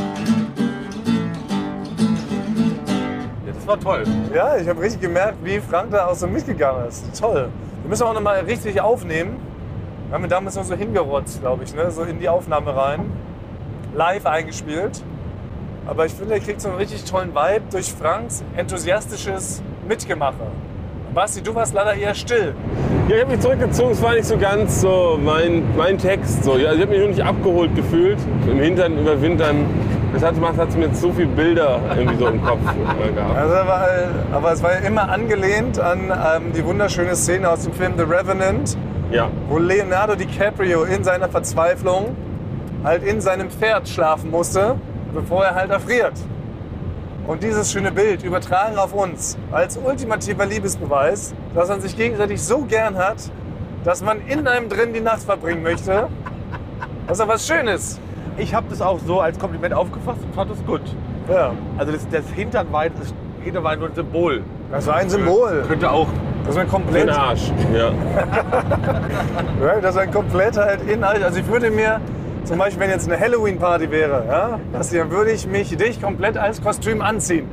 [SPEAKER 2] Das war toll.
[SPEAKER 3] Ja, ich habe richtig gemerkt, wie Frank da auch so mitgegangen ist. Toll. Wir müssen auch noch mal richtig aufnehmen. Wir haben ihn damals noch so hingerotzt, glaube ich, ne? So in die Aufnahme rein. Live eingespielt. Aber ich finde, er kriegt so einen richtig tollen Vibe durch Franks enthusiastisches Mitgemache. Basti, du warst leider eher still.
[SPEAKER 4] Ja, ich habe mich zurückgezogen, es war nicht so ganz so mein Text. So. Ja, ich habe mich nur nicht abgeholt gefühlt. Im Hintern überwintern. Das hat es mir jetzt so viele Bilder irgendwie so im Kopf gehabt.
[SPEAKER 3] Also, aber es war ja immer angelehnt an die wunderschöne Szene aus dem Film The Revenant,
[SPEAKER 4] Ja.
[SPEAKER 3] wo Leonardo DiCaprio in seiner Verzweiflung halt in seinem Pferd schlafen musste, bevor er halt erfriert. Und dieses schöne Bild übertragen auf uns als ultimativer Liebesbeweis, dass man sich gegenseitig so gern hat, dass man in einem drin die Nacht verbringen möchte. Das ist doch was Schönes.
[SPEAKER 2] Ich habe das auch so als Kompliment aufgefasst und fand es gut.
[SPEAKER 3] Ja,
[SPEAKER 2] Also das Hintern war nur ein Symbol.
[SPEAKER 3] das war ein Symbol.
[SPEAKER 2] Könnte auch.
[SPEAKER 3] Das war
[SPEAKER 4] Für
[SPEAKER 3] komplett,
[SPEAKER 4] den Arsch. Ja.
[SPEAKER 3] ja, das war komplett halt Inhalt. Also ich würde mir zum Beispiel, wenn jetzt eine Halloween-Party wäre, ja, dann würde ich dich komplett als Kostüm anziehen.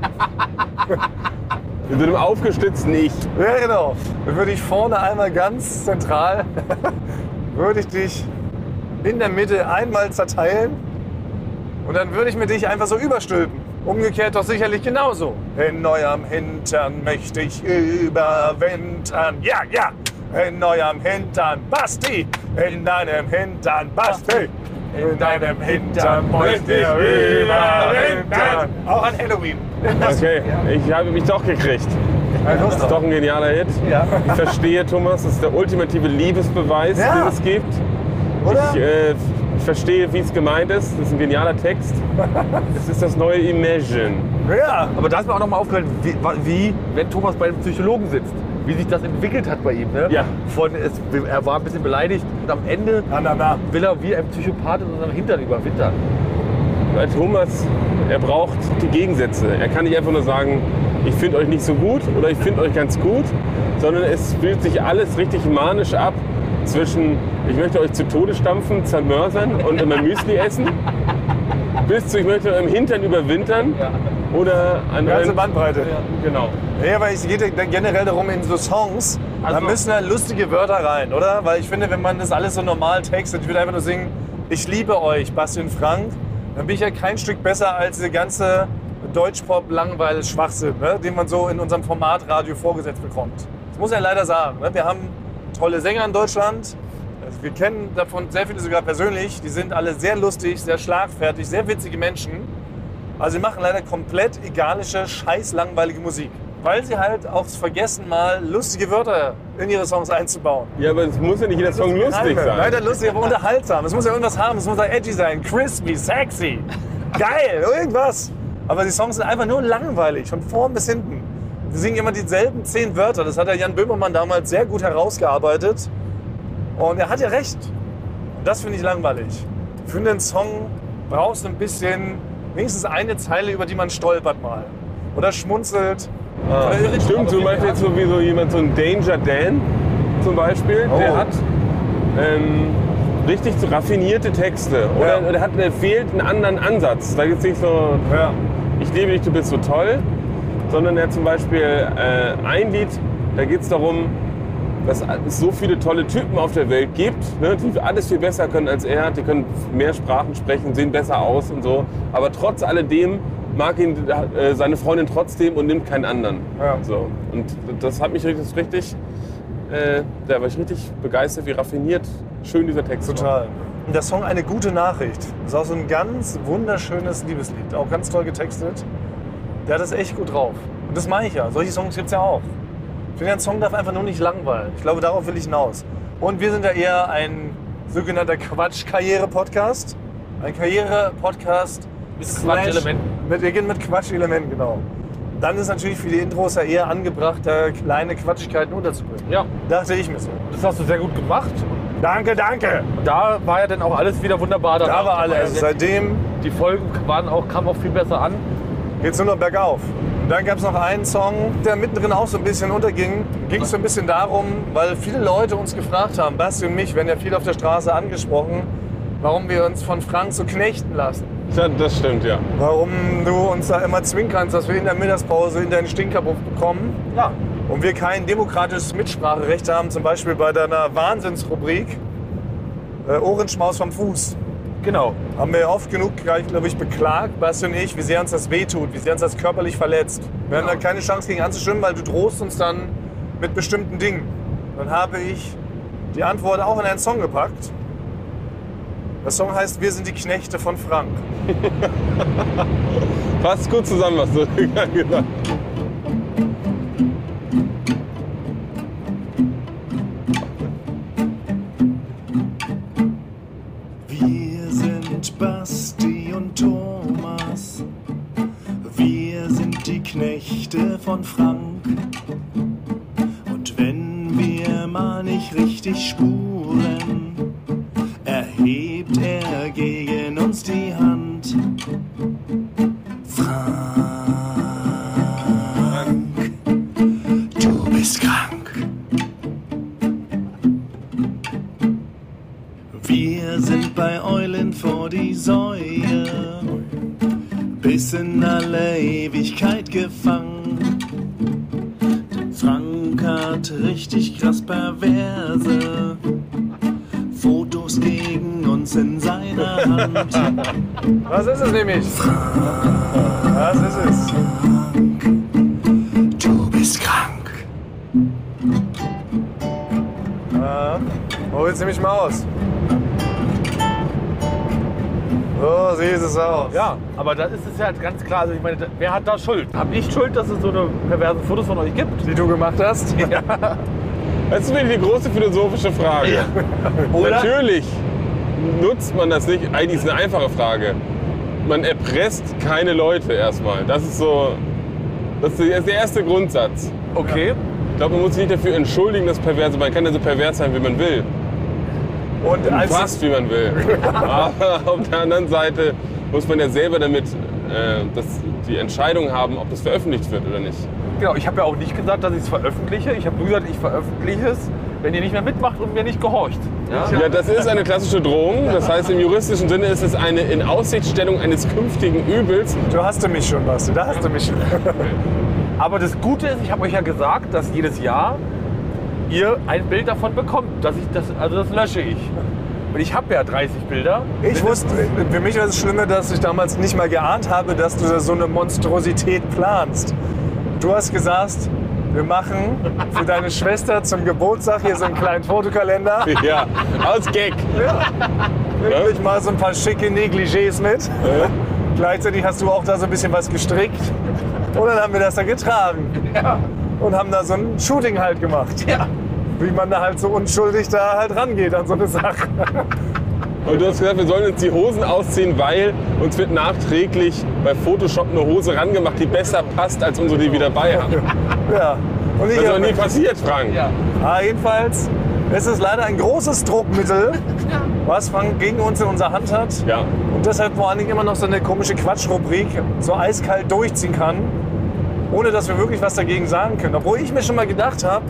[SPEAKER 4] Mit einem aufgestützten Ich.
[SPEAKER 3] Ja, genau. Dann würde ich vorne einmal ganz zentral, würde ich dich in der Mitte einmal zerteilen und dann würde ich mir dich einfach so überstülpen. Umgekehrt doch sicherlich genauso. In eurem Hintern möchte ich überwintern. Ja, ja. In eurem Hintern, Basti. In deinem Hintern, Basti. In deinem Hintern möchte ich überwintern. Auch an Halloween.
[SPEAKER 4] Okay, ich habe mich doch gekriegt. Das ist doch ein genialer Hit.
[SPEAKER 3] Ja.
[SPEAKER 4] Ich verstehe, Thomas, das ist der ultimative Liebesbeweis,
[SPEAKER 3] Ja.
[SPEAKER 4] den es gibt.
[SPEAKER 3] Oder?
[SPEAKER 4] Ich verstehe, wie es gemeint ist. Das ist ein genialer Text. Es ist das neue Imagine.
[SPEAKER 3] Ja.
[SPEAKER 2] Aber da ist mir auch noch mal aufgefallen, wie wenn Thomas bei einem Psychologen sitzt, wie sich das entwickelt hat bei ihm. Ne?
[SPEAKER 4] Ja.
[SPEAKER 2] Er war ein bisschen beleidigt und am Ende will er wie ein Psychopath in unserem Hintern überwintern.
[SPEAKER 4] Weil Thomas, er braucht die Gegensätze. Er kann nicht einfach nur sagen, ich finde euch nicht so gut oder ich finde euch ganz gut, sondern es spielt sich alles richtig manisch ab zwischen, ich möchte euch zu Tode stampfen, zermörsern und immer Müsli essen, bis zu, ich möchte im Hintern überwintern oder an
[SPEAKER 3] Ganze Bandbreite.
[SPEAKER 4] Genau.
[SPEAKER 3] Ja, aber es geht generell darum, in so Songs, da
[SPEAKER 2] Also-
[SPEAKER 3] müssen halt lustige Wörter rein, oder? Weil ich finde, wenn man das alles so normal textet, ich würde einfach nur singen, ich liebe euch, Basti und Frank, dann bin ich ja kein Stück besser als diese ganze Deutschpop-Langweil-Schwachsinn, ne? Den man so in unserem Format Radio vorgesetzt bekommt. Das muss ich ja leider sagen. Ne? Wir haben tolle Sänger in Deutschland. Also wir kennen davon sehr viele sogar persönlich. Die sind alle sehr lustig, sehr schlagfertig, sehr witzige Menschen. Also sie machen leider komplett egalische, scheiß langweilige Musik. Weil sie halt auch vergessen, mal lustige Wörter in ihre Songs einzubauen.
[SPEAKER 4] Ja, aber es muss ja nicht jeder Song lustig sein.
[SPEAKER 3] Leider lustig, aber unterhaltsam. Es muss ja irgendwas haben. Es muss ja edgy sein, crispy, sexy, geil, irgendwas. Aber die Songs sind einfach nur langweilig, von vorn bis hinten. Wir singen immer dieselben 10 Wörter. Das hat der Jan Böhmermann damals sehr gut herausgearbeitet. Und er hat ja recht. Und das finde ich langweilig. Ich finde, ein Song brauchst ein bisschen, wenigstens eine Zeile, über die man stolpert mal. Oder schmunzelt. Oder irritiert.
[SPEAKER 4] Stimmt, zum Beispiel jetzt so wie so jemand, so ein Danger Dan zum Beispiel, der
[SPEAKER 3] Oh.
[SPEAKER 4] hat richtig so raffinierte Texte. Oder
[SPEAKER 3] Ja.
[SPEAKER 4] der fehlt einen anderen Ansatz. Da gibt es nicht so,
[SPEAKER 3] Ja.
[SPEAKER 4] ich liebe dich, du bist so toll, sondern er hat zum Beispiel ein Lied, da geht es darum, dass es so viele tolle Typen auf der Welt gibt, ne, die alles viel besser können als er, die können mehr Sprachen sprechen, sehen besser aus und so, aber trotz alledem mag ihn seine Freundin trotzdem und nimmt keinen anderen.
[SPEAKER 3] Ja.
[SPEAKER 4] So. Und das hat mich richtig, da war ich richtig begeistert, wie raffiniert schön dieser Text war.
[SPEAKER 3] Total. Und der Song Eine gute Nachricht ist auch so ein ganz wunderschönes Liebeslied. Auch ganz toll getextet. Der hat das echt gut drauf. Und das meine ich ja. Solche Songs gibt es ja auch. Ich finde, ein Song darf einfach nur nicht langweilen. Ich glaube, darauf will ich hinaus. Und wir sind ja eher ein sogenannter Quatsch-Karriere-Podcast. Ein Karriere-Podcast
[SPEAKER 2] Mit Quatschelementen.
[SPEAKER 3] mit Quatschelementen, genau. dann ist natürlich für die Intros ja eher angebracht, da kleine Quatschigkeiten unterzubringen.
[SPEAKER 2] Ja,
[SPEAKER 3] Dachte ich mir so.
[SPEAKER 2] das hast du sehr gut gemacht.
[SPEAKER 3] Danke, danke.
[SPEAKER 2] Und da war ja dann auch alles wieder wunderbar.
[SPEAKER 3] Da
[SPEAKER 2] danach.
[SPEAKER 3] war alles. Seitdem
[SPEAKER 2] Die Folgen kamen auch viel besser an.
[SPEAKER 3] geht's nur noch bergauf. Und dann gab es noch einen Song, der mittendrin auch so ein bisschen unterging. Ging es so ein bisschen darum, weil viele Leute uns gefragt haben, Basti und mich, werden ja viel auf der Straße angesprochen, warum wir uns von Frank so knechten lassen.
[SPEAKER 4] Ja, das stimmt, ja.
[SPEAKER 3] Warum du uns da immer zwingen kannst, dass wir in der Mittagspause in deinen Stinkerbuff bekommen.
[SPEAKER 2] Ja.
[SPEAKER 3] Und wir kein demokratisches Mitspracherecht haben, zum Beispiel bei deiner Wahnsinnsrubrik Ohrenschmaus vom Fuß.
[SPEAKER 2] Genau.
[SPEAKER 3] Haben wir oft genug, glaube ich, beklagt, Basti und ich, wie sehr uns das wehtut, wie sehr uns das körperlich verletzt. Wir haben da keine Chance gegen anzustimmen, weil du drohst uns dann mit bestimmten Dingen. Dann habe ich die Antwort auch in einen Song gepackt. Der Song heißt Wir sind die Knechte von Frank.
[SPEAKER 4] Passt gut zusammen, was du gesagt hast.
[SPEAKER 5] Wir sind Basti und Thomas. Wir sind die Knechte von Frank. Und wenn wir mal nicht richtig spuren, erhebt er gegen uns die Hand. Frank, du bist krank. Wir sind bei Eulen vor die Säue, bis in alle Ewigkeit gefangen. Denn Frank hat richtig krass perverse Fotos gegen uns in seiner Hand.
[SPEAKER 3] Was ist es nämlich? Was ist es?
[SPEAKER 5] Du bist krank.
[SPEAKER 3] Wo willst du mich mal aus? So sieht es aus.
[SPEAKER 2] Ja, aber da ist es ja halt ganz klar. Also ich meine, wer hat da Schuld? Hab ich Schuld, dass es so eine perversen Fotos von euch gibt?
[SPEAKER 3] Die du gemacht hast?
[SPEAKER 2] Ja.
[SPEAKER 4] Das ist wieder die große philosophische Frage.
[SPEAKER 2] Oder?
[SPEAKER 4] Natürlich nutzt man das nicht. Eigentlich ist es eine einfache Frage. Man erpresst keine Leute erstmal. Das ist der erste Grundsatz.
[SPEAKER 2] Okay.
[SPEAKER 4] Ich glaube, man muss sich nicht dafür entschuldigen, dass perverse. Man kann ja so pervers sein, wie man will.
[SPEAKER 3] Und
[SPEAKER 4] Fast wie man will. Aber auf der anderen Seite muss man ja selber damit die Entscheidung haben, ob das veröffentlicht wird oder nicht.
[SPEAKER 2] Genau, ich habe ja auch nicht gesagt, dass ich es veröffentliche. Ich habe nur gesagt, ich veröffentliche es, wenn ihr nicht mehr mitmacht und mir nicht gehorcht. Ja?
[SPEAKER 4] Ja, das ist eine klassische Drohung. Das heißt, im juristischen Sinne ist es eine Inaussichtstellung eines künftigen Übels.
[SPEAKER 3] du hast mich schon, Basti. Da hast du mich schon.
[SPEAKER 2] Aber das Gute ist, ich habe euch ja gesagt, dass jedes Jahr ihr ein Bild davon bekommt. Das lösche ich. Und ich habe ja 30 Bilder.
[SPEAKER 3] Ich wusste, für mich war es schlimmer, dass ich damals nicht mal geahnt habe, dass du da so eine Monstrosität planst. Du hast gesagt, wir machen für deine Schwester zum Geburtstag hier so einen kleinen Fotokalender.
[SPEAKER 4] Ja, aus Gag.
[SPEAKER 3] Nimm dich mal so ein paar schicke Negligés mit. Gleichzeitig hast du auch da so ein bisschen was gestrickt. Und dann haben wir das da getragen.
[SPEAKER 2] Ja.
[SPEAKER 3] Und haben da so ein Shooting halt gemacht.
[SPEAKER 2] Ja.
[SPEAKER 3] Wie man da halt so unschuldig da halt rangeht an so eine Sache.
[SPEAKER 4] Und du hast gesagt, wir sollen uns die Hosen ausziehen, weil uns wird nachträglich bei Photoshop eine Hose rangemacht, die besser passt als unsere, die wir dabei haben.
[SPEAKER 3] Ja. Und
[SPEAKER 4] Das ist doch nie passiert, Frank.
[SPEAKER 2] Ja.
[SPEAKER 3] jedenfalls ist es leider ein großes Druckmittel, was Frank gegen uns in unserer Hand hat.
[SPEAKER 4] Ja.
[SPEAKER 3] Und deshalb vor allen Dingen immer noch so eine komische Quatschrubrik so eiskalt durchziehen kann, ohne dass wir wirklich was dagegen sagen können. Obwohl ich mir schon mal gedacht habe,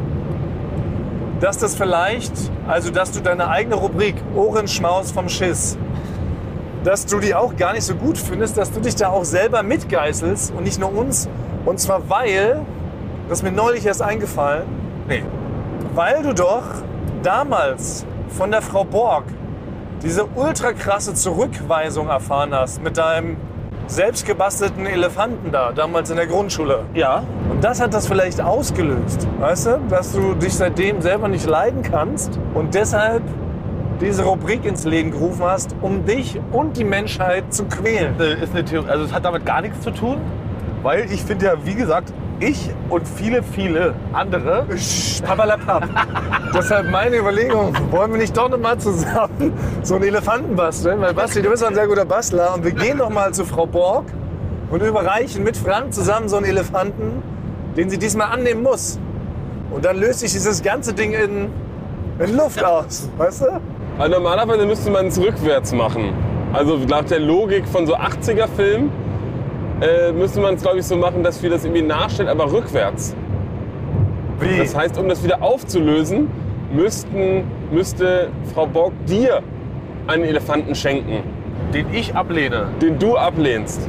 [SPEAKER 3] dass das vielleicht, also dass du deine eigene Rubrik Ohrenschmaus vom Schiss, dass du die auch gar nicht so gut findest, dass du dich da auch selber mitgeißelst und nicht nur uns. Und zwar weil, das ist mir neulich erst eingefallen,
[SPEAKER 2] Nee.
[SPEAKER 3] weil du doch damals von der Frau Borg diese ultra krasse Zurückweisung erfahren hast mit deinem selbstgebastelten Elefanten da, damals in der Grundschule.
[SPEAKER 2] Ja.
[SPEAKER 3] Und das hat das vielleicht ausgelöst, weißt du? Dass du dich seitdem selber nicht leiden kannst und deshalb diese Rubrik ins Leben gerufen hast, um dich und die Menschheit zu quälen.
[SPEAKER 2] Ist eine Theorie. Also es hat damit gar nichts zu tun, weil ich finde ja, wie gesagt, ich und viele, viele andere.
[SPEAKER 3] Papalapap. Deshalb meine Überlegung, wollen wir nicht doch noch mal zusammen so einen Elefanten basteln? Weil Basti, du bist ein sehr guter Bastler und wir gehen noch mal zu Frau Borg und überreichen mit Frank zusammen so einen Elefanten, den sie diesmal annehmen muss. Und dann löst sich dieses ganze Ding in Luft aus, weißt du?
[SPEAKER 4] Also normalerweise müsste man es rückwärts machen. Also nach der Logik von so 80er-Filmen müsste man es, glaube ich, so machen, dass wir das irgendwie nachstellen, aber rückwärts.
[SPEAKER 3] Wie?
[SPEAKER 4] Das heißt, um das wieder aufzulösen, müsste Frau Borg dir einen Elefanten schenken,
[SPEAKER 2] Den ich ablehne.
[SPEAKER 4] den du ablehnst.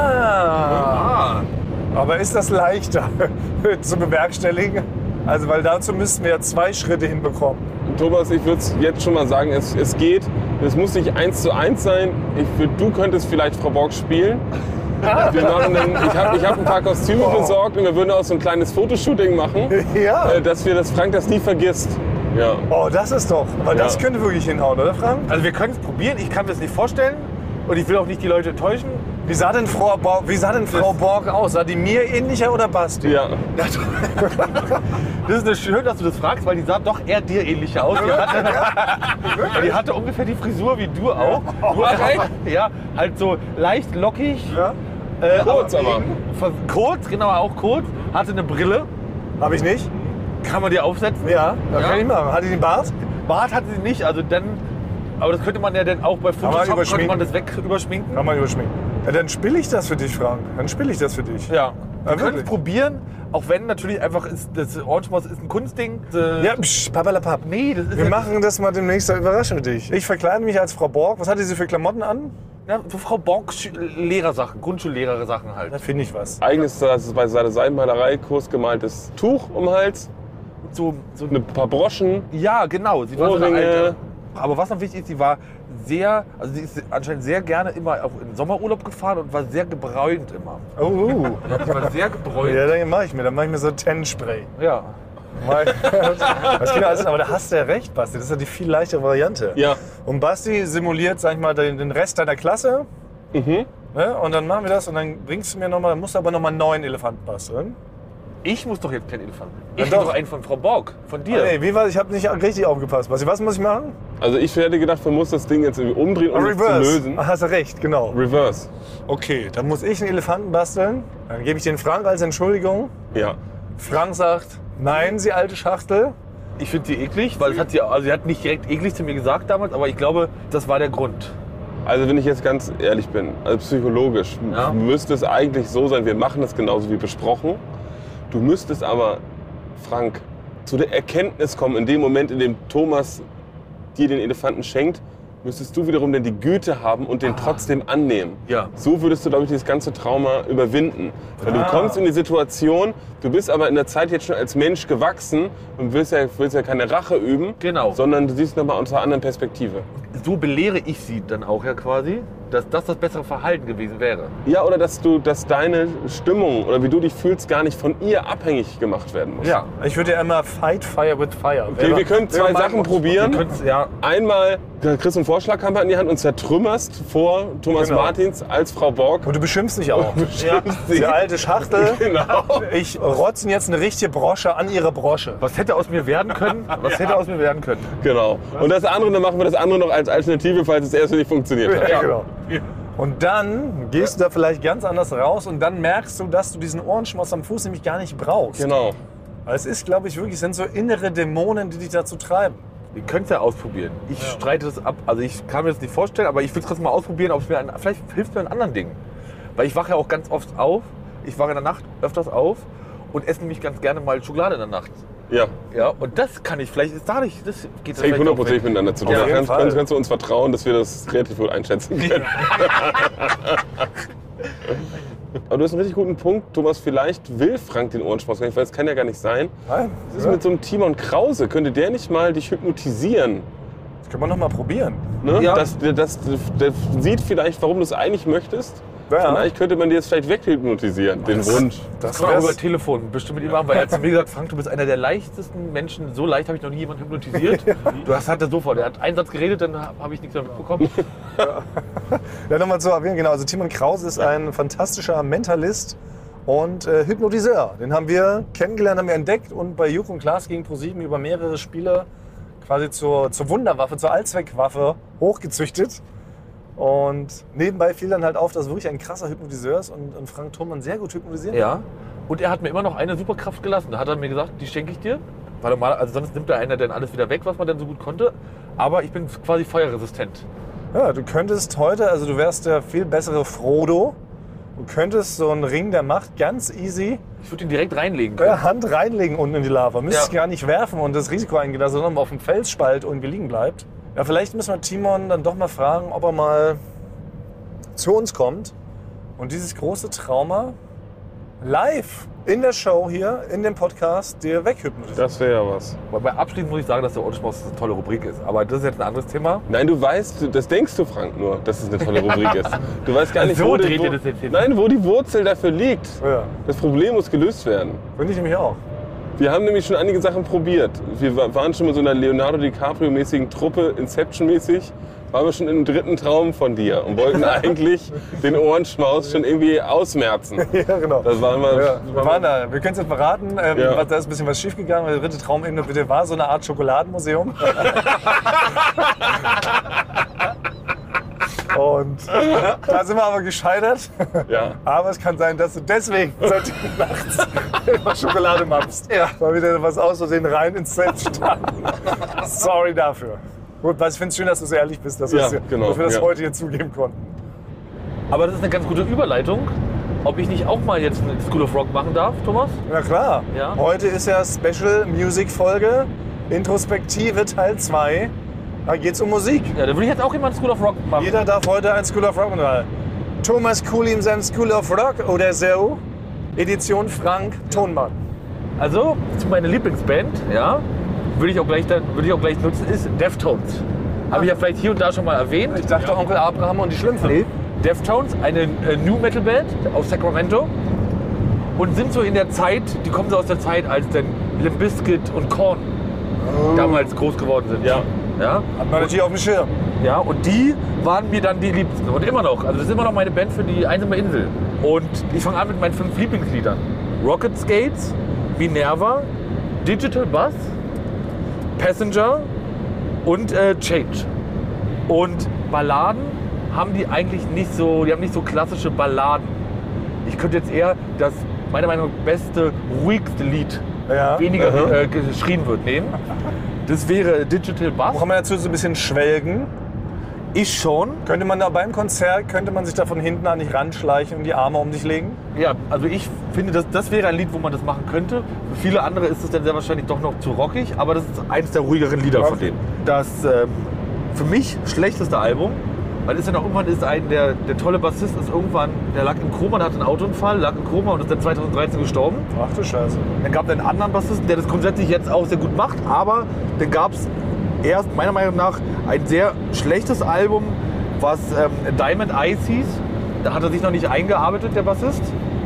[SPEAKER 3] Aber ist das leichter zu bewerkstelligen? Also, weil dazu müssten wir ja 2 Schritte hinbekommen.
[SPEAKER 4] Thomas, ich würde es jetzt schon mal sagen, es geht. Es muss nicht 1:1 sein. Du könntest vielleicht Frau Borg spielen. Wir machen dann, ich hab ein paar Kostüme besorgt und wir würden auch so ein kleines Fotoshooting machen,
[SPEAKER 3] Ja.
[SPEAKER 4] dass Frank das nie vergisst. Ja.
[SPEAKER 3] Oh, das ist doch. Aber das könnte wirklich hinhauen, oder Frank?
[SPEAKER 2] Also wir können es probieren, ich kann mir das nicht vorstellen und ich will auch nicht die Leute enttäuschen.
[SPEAKER 3] Wie sah denn Frau Borg aus? Sah die mir ähnlicher oder Basti?
[SPEAKER 4] Ja.
[SPEAKER 2] Das ist schön, dass du das fragst, weil die sah doch eher dir ähnlicher aus. Die hatte ungefähr die Frisur wie du auch. Du ja, halt so leicht lockig.
[SPEAKER 3] Ja.
[SPEAKER 4] Kurz aber.
[SPEAKER 2] Kurz, genau, auch kurz. Hatte eine Brille,
[SPEAKER 3] Hab ich nicht?
[SPEAKER 2] kann man dir aufsetzen.
[SPEAKER 3] Ja, das
[SPEAKER 2] Ja.
[SPEAKER 3] kann ich machen. Hat die den Bart?
[SPEAKER 2] Bart hatte sie nicht, also dann. Aber das könnte man ja dann auch bei Photoshop könnte
[SPEAKER 3] überschminken.
[SPEAKER 2] man das weg überschminken.
[SPEAKER 3] Kann man überschminken. Ja, dann spiele ich das für dich, Frank. Dann spiele ich das für dich.
[SPEAKER 2] Ja. Wir können es
[SPEAKER 3] wirklich?
[SPEAKER 2] probieren, auch wenn natürlich einfach das Orange Moss ist ein Kunstding.
[SPEAKER 3] Ja, papalapap.
[SPEAKER 2] Nee, das ist
[SPEAKER 3] Wir
[SPEAKER 2] ja
[SPEAKER 3] machen das mal demnächst, da überraschen wir dich. Ich verkleide mich als Frau Borg. Was hatte sie für Klamotten an?
[SPEAKER 2] ja, so Frau Borg Lehrersachen, Grundschullehrer-Sachen halt.
[SPEAKER 3] Da finde ich was.
[SPEAKER 4] Eigenes, das ist bei seiner Seidenmalerei-Kurs gemaltes Tuch um den Hals,
[SPEAKER 2] So
[SPEAKER 4] ein paar Broschen.
[SPEAKER 2] ja, genau. Sie war so eine
[SPEAKER 4] Ohrringe.
[SPEAKER 2] alte. Aber was noch wichtig ist, sie war sehr, also sie ist anscheinend sehr gerne immer auch in Sommerurlaub gefahren und war sehr gebräunt immer.
[SPEAKER 3] Oh,
[SPEAKER 2] Sie war sehr gebräunt.
[SPEAKER 3] ja, dann mache ich mir so Ten-Spray.
[SPEAKER 2] Ja.
[SPEAKER 3] Das geht alles, aber da hast du ja recht, Basti. Das ist ja die viel leichtere Variante.
[SPEAKER 4] Ja.
[SPEAKER 3] Und Basti simuliert, sag ich mal, den Rest deiner Klasse. Ne? Und dann machen wir das und dann bringst du mir nochmal, musst du aber nochmal einen neuen Elefanten basteln.
[SPEAKER 2] Ich muss doch jetzt keinen Elefanten.
[SPEAKER 3] Ja,
[SPEAKER 2] Ich will
[SPEAKER 3] doch.
[SPEAKER 2] doch einen von Frau Borg, von dir.
[SPEAKER 3] Nee, wie war ich habe nicht richtig aufgepasst. Basti, was muss ich machen?
[SPEAKER 4] Also ich hätte gedacht, man muss das Ding jetzt irgendwie umdrehen, um es zu lösen.
[SPEAKER 3] Ach, hast du recht, genau.
[SPEAKER 4] Reverse.
[SPEAKER 3] Okay, dann muss ich einen Elefanten basteln. Dann gebe ich den Frank als Entschuldigung.
[SPEAKER 4] Ja.
[SPEAKER 3] Frank sagt, nein, sie alte Schachtel.
[SPEAKER 2] Ich finde sie eklig, weil sie hat nicht direkt eklig zu mir gesagt damals, aber ich glaube, das war der Grund.
[SPEAKER 4] Also wenn ich jetzt ganz ehrlich bin, also psychologisch,
[SPEAKER 2] Ja.
[SPEAKER 4] müsste es eigentlich so sein, wir machen das genauso wie besprochen. Du müsstest aber, Frank, zu der Erkenntnis kommen, in dem Moment, in dem Thomas dir den Elefanten schenkt, müsstest du wiederum dann die Güte haben und den trotzdem annehmen.
[SPEAKER 2] Ja.
[SPEAKER 4] So würdest du, glaube ich, dieses ganze Trauma überwinden. Weil du kommst in die Situation, du bist aber in der Zeit jetzt schon als Mensch gewachsen und willst ja keine Rache üben,
[SPEAKER 2] Genau.
[SPEAKER 4] sondern du siehst nochmal aus einer anderen Perspektive.
[SPEAKER 2] So belehre ich sie dann auch ja quasi, dass das bessere Verhalten gewesen wäre.
[SPEAKER 4] Ja, oder dass deine Stimmung oder wie du dich fühlst gar nicht von ihr abhängig gemacht werden muss.
[SPEAKER 2] Ja.
[SPEAKER 3] Ich würde ja immer fight fire with fire.
[SPEAKER 4] Okay, wir können zwei Sachen probieren.
[SPEAKER 2] Ja,
[SPEAKER 4] Einmal kriegst du einen Vorschlaghammer in die Hand und zertrümmerst vor Thomas
[SPEAKER 3] Genau.
[SPEAKER 4] Martins als Frau Borg.
[SPEAKER 3] Und du beschimpfst dich auch.
[SPEAKER 2] ja.
[SPEAKER 3] Die alte Schachtel.
[SPEAKER 4] Genau.
[SPEAKER 3] Ich rotze jetzt eine richtige Brosche an ihre Brosche.
[SPEAKER 2] Was hätte aus mir werden können? Was hätte aus mir werden können?
[SPEAKER 4] Genau. Und das andere, dann machen wir das andere noch als Alternative, falls das erste nicht funktioniert hat.
[SPEAKER 3] Ja, genau. Und dann gehst du da vielleicht ganz anders raus und dann merkst du, dass du diesen Ohrenschmaus am Fuß nämlich gar nicht brauchst.
[SPEAKER 4] Genau.
[SPEAKER 3] Weil es ist, glaube ich, wirklich, es sind so innere Dämonen, die dich dazu treiben.
[SPEAKER 2] Wir können es ja ausprobieren. Ich streite das ab. Also ich kann mir das nicht vorstellen, aber ich will es trotzdem mal ausprobieren, ob es mir vielleicht hilft es mir an anderen Dingen. Weil ich wache ja auch ganz oft auf. Ich wache in der Nacht öfters auf und esse nämlich ganz gerne mal Schokolade in der Nacht.
[SPEAKER 4] Ja.
[SPEAKER 2] Ja, und das kann ich vielleicht, ist dadurch, das geht
[SPEAKER 4] Das hängt
[SPEAKER 2] vielleicht auch
[SPEAKER 4] 100%
[SPEAKER 2] weg.
[SPEAKER 4] miteinander zu tun.
[SPEAKER 3] Auf
[SPEAKER 4] Da
[SPEAKER 3] jeden Fall.
[SPEAKER 4] kannst du uns vertrauen, dass wir das relativ gut einschätzen können. Aber du hast einen richtig guten Punkt, Thomas. Vielleicht will Frank den Ohrenschmaus gar nicht, weil es kann ja gar nicht sein.
[SPEAKER 3] Nein.
[SPEAKER 4] Was ist mit so einem Timon Krause? Könnte der nicht mal dich hypnotisieren?
[SPEAKER 3] Das können wir noch mal probieren.
[SPEAKER 4] Ne?
[SPEAKER 2] Ja.
[SPEAKER 4] Der sieht vielleicht, warum du es eigentlich möchtest.
[SPEAKER 3] Ja.
[SPEAKER 4] Vielleicht könnte man dir jetzt vielleicht weghypnotisieren, den Wunsch.
[SPEAKER 3] Das
[SPEAKER 2] Kann man auch über
[SPEAKER 3] wär's.
[SPEAKER 2] Telefon bestimmt mit ihm machen, weil er hat zu mir gesagt, Frank, du bist einer der leichtesten Menschen. So leicht habe ich noch nie jemanden hypnotisiert. Du hast halt sofort. Er hat einen Satz geredet, dann habe ich nichts mehr mitbekommen.
[SPEAKER 3] Ja, nochmal zu erwähnen, genau. Also Timon Krause ist ein fantastischer Mentalist und Hypnotiseur. Den haben wir kennengelernt, haben wir entdeckt und bei Joko und Klaas gegen ProSieben über mehrere Spiele quasi zur Wunderwaffe, zur Allzweckwaffe hochgezüchtet. Und nebenbei fiel dann halt auf, dass wirklich ein krasser Hypnotiseur ist und Frank Thonmann sehr gut hypnotisiert.
[SPEAKER 2] Ja. Und er hat mir immer noch eine Superkraft gelassen. Da hat er mir gesagt, die schenke ich dir. Weil normal, also sonst nimmt der einer dann alles wieder weg, was man dann so gut konnte. Aber ich bin quasi feuerresistent.
[SPEAKER 3] Ja, du könntest heute, also du wärst der viel bessere Frodo. Du könntest so einen Ring der Macht ganz easy
[SPEAKER 2] Ich würde ihn direkt reinlegen können.
[SPEAKER 3] Hand reinlegen unten in die Lava. Müsstest
[SPEAKER 2] Ja.
[SPEAKER 3] gar nicht werfen und das Risiko eingehen, dass er dann auf dem Felsspalt irgendwie liegen bleibt. Ja, vielleicht müssen wir Timon dann doch mal fragen, ob er mal zu uns kommt und dieses große Trauma live in der Show hier, in dem Podcast, dir weghypnotisiert.
[SPEAKER 4] Das wäre ja was.
[SPEAKER 2] Wobei abschließend muss ich sagen, dass der Ohrenschmaus eine tolle Rubrik ist. Aber das ist jetzt ein anderes Thema.
[SPEAKER 4] Nein, du weißt, das denkst du, Frank, nur, dass es eine tolle Rubrik ist. Du weißt gar nicht,
[SPEAKER 2] So
[SPEAKER 4] wo,
[SPEAKER 2] dreht
[SPEAKER 4] wo,
[SPEAKER 2] ihr das jetzt hin.
[SPEAKER 4] nein, wo die Wurzel dafür liegt.
[SPEAKER 3] Ja,
[SPEAKER 4] Das Problem muss gelöst werden.
[SPEAKER 3] finde ich nämlich auch.
[SPEAKER 4] Wir haben nämlich schon einige Sachen probiert. Wir waren schon mit so einer Leonardo DiCaprio-mäßigen Truppe, Inception-mäßig, waren wir schon im dritten Traum von dir und wollten eigentlich den Ohrenschmaus schon irgendwie ausmerzen.
[SPEAKER 3] Ja, genau.
[SPEAKER 4] Das waren wir.
[SPEAKER 3] Ja, wir waren da. Wir können es jetzt verraten.
[SPEAKER 4] Ja.
[SPEAKER 3] Da ist ein bisschen was schiefgegangen. Der dritte Traumebene bitte war so eine Art Schokoladenmuseum. Und da sind wir aber gescheitert.
[SPEAKER 4] Ja.
[SPEAKER 3] Aber es kann sein, dass du deswegen seit nachts immer Schokolade mampfst. Ja. Weil wieder was aus Versehen rein ins Selbst stand. Sorry dafür. Gut, ich finde es schön, dass du so ehrlich bist, dass,
[SPEAKER 4] Ja,
[SPEAKER 3] dass
[SPEAKER 4] genau,
[SPEAKER 3] wir das
[SPEAKER 4] ja.
[SPEAKER 3] heute hier zugeben konnten.
[SPEAKER 2] Aber das ist eine ganz gute Überleitung. Ob ich nicht auch mal jetzt eine School of Rock machen darf, Thomas?
[SPEAKER 3] Na klar.
[SPEAKER 2] Ja.
[SPEAKER 3] Heute ist ja Special Music Folge, Introspektive Teil 2. Da geht's um Musik.
[SPEAKER 2] Ja, da würde ich jetzt auch jemand School of Rock machen.
[SPEAKER 3] Jeder darf heute ein School of Rock machen. Thomas Kuhlim sein School of Rock oder so. Edition Frank Thonmann.
[SPEAKER 2] Also, meine Lieblingsband, ja, würde ich auch gleich nutzen, ist Deftones. Habe ich ja vielleicht hier und da schon mal erwähnt.
[SPEAKER 3] Ich dachte Onkel Abraham und die Schlümpfe.
[SPEAKER 2] Nee, Deftones, eine New Metal Band aus Sacramento und sind so in der Zeit, die kommen so aus der Zeit, als dann Limp Bizkit und Korn damals groß geworden sind.
[SPEAKER 4] Ja.
[SPEAKER 2] Ja?
[SPEAKER 3] Hat man natürlich auf dem Schirm.
[SPEAKER 2] Ja, und die waren mir dann die Liebsten und immer noch. Also das ist immer noch meine Band für die einsame Insel. Und ich fange an mit meinen 5 Lieblingsliedern. Rocket Skates, Minerva, Digital Bus, Passenger und Change. Und Balladen haben die eigentlich nicht so, die haben nicht so klassische Balladen. Ich könnte jetzt eher das, meiner Meinung nach, beste, ruhigste Lied,
[SPEAKER 3] Ja.
[SPEAKER 2] weniger geschrien wird, nehmen. Das wäre Digital Bus.
[SPEAKER 3] Kann man dazu so ein bisschen schwelgen?
[SPEAKER 2] Ich schon.
[SPEAKER 3] Könnte man da beim Konzert, könnte man sich da von hinten an dich ranschleichen und die Arme um dich legen?
[SPEAKER 2] Ja, also ich finde, das wäre ein Lied, wo man das machen könnte. Für viele andere ist es dann sehr wahrscheinlich doch noch zu rockig, aber das ist eines der ruhigeren Lieder von denen. Das für mich schlechteste Album, weil ist ja noch irgendwann ist der tolle Bassist ist irgendwann, der lag im Koma, der hatte einen Autounfall, lag im Koma und ist dann 2013 gestorben.
[SPEAKER 3] Ach du Scheiße.
[SPEAKER 2] Dann gab es einen anderen Bassisten, der das grundsätzlich jetzt auch sehr gut macht, aber dann gab es erst meiner Meinung nach ein sehr schlechtes Album, was Diamond Eyes hieß. Da hat er sich noch nicht eingearbeitet, der Bassist.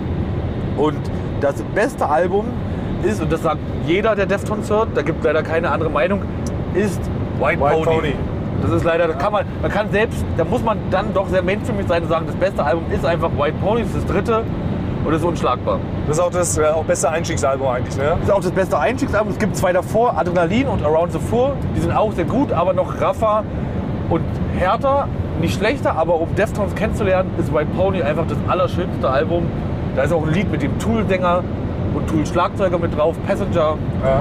[SPEAKER 2] Und das beste Album ist, und das sagt jeder, der Deftones hört, da gibt es leider keine andere Meinung, ist White Pony. Das ist leider, da muss man dann doch sehr mainstreamig sein und sagen, das beste Album ist einfach White Pony, das ist das dritte und das ist unschlagbar.
[SPEAKER 3] Das ist auch das auch beste Einstiegsalbum eigentlich, ne?
[SPEAKER 2] Das ist auch das beste Einstiegsalbum. Es gibt 2 davor, Adrenalin und Around the Fur. Die sind auch sehr gut, aber noch raffer und härter. Nicht schlechter, aber um Deftones kennenzulernen, ist White Pony einfach das allerschönste Album. Da ist auch ein Lied mit dem Tool-Sänger und Tool-Schlagzeuger mit drauf, Passenger.
[SPEAKER 3] Ja.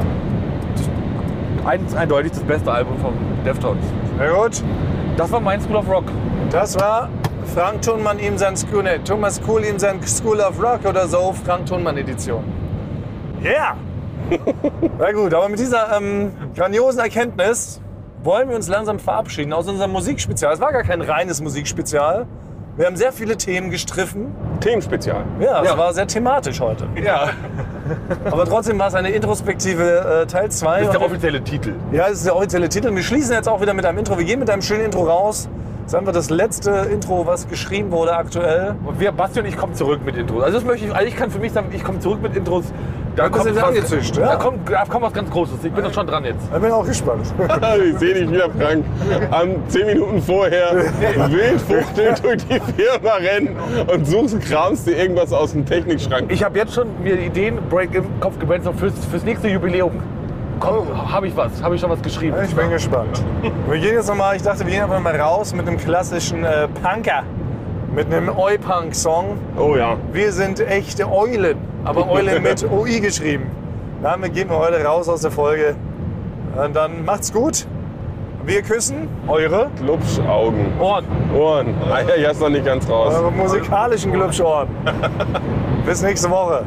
[SPEAKER 2] Eindeutig das beste Album von Deftones.
[SPEAKER 3] Na gut.
[SPEAKER 2] Das war mein School of Rock.
[SPEAKER 3] Das war Frank Thonmann ihm sein School, ne, Thomas Kuhl ihm sein School of Rock oder so, Frank Thonmann Edition. Yeah! Na gut, aber mit dieser grandiosen Erkenntnis wollen wir uns langsam verabschieden aus unserem Musikspezial. Es war gar kein reines Musikspezial. Wir haben sehr viele Themen gestriffen.
[SPEAKER 4] Themenspezial.
[SPEAKER 3] Ja, es war sehr thematisch heute.
[SPEAKER 2] Ja.
[SPEAKER 3] Aber trotzdem war es eine introspektive Teil 2.
[SPEAKER 2] Das ist der offizielle Titel.
[SPEAKER 3] Ja, das ist der offizielle Titel. Wir schließen jetzt auch wieder mit einem Intro. Wir gehen mit einem schönen Intro raus. Das ist einfach das letzte Intro, was geschrieben wurde aktuell.
[SPEAKER 2] Und Basti und ich kommen zurück mit Intros. Also das möchte ich, ich kann für mich sagen, ich komme zurück mit Intros. Da
[SPEAKER 3] bist du angezischt, ja?
[SPEAKER 2] Da kommt was ganz Großes. Ich bin doch schon dran jetzt.
[SPEAKER 3] Da bin ich auch gespannt.
[SPEAKER 4] Ich sehe dich wieder, Frank, 10 Minuten vorher wild fuchtelnd durch die Firma rennen und kramst dir irgendwas aus dem Technikschrank.
[SPEAKER 2] Ich habe jetzt schon mir Ideen Break im Kopf gebrainstormt fürs nächste Jubiläum. Komm, habe ich schon was geschrieben.
[SPEAKER 3] Ich bin gespannt. Wir gehen jetzt nochmal, ich dachte, wir gehen einfach mal raus mit einem klassischen Punker. Mit einem Oi-Punk-Song.
[SPEAKER 4] Oh ja.
[SPEAKER 3] Wir sind echte Eulen, aber Eulen mit OI geschrieben. Damit gehen wir heute raus aus der Folge. Und dann macht's gut. Wir küssen eure
[SPEAKER 4] Glubschaugen. Ohren. Ah, ja, ich hab's noch nicht ganz raus.
[SPEAKER 3] eure musikalischen Glubschohren. Bis nächste Woche.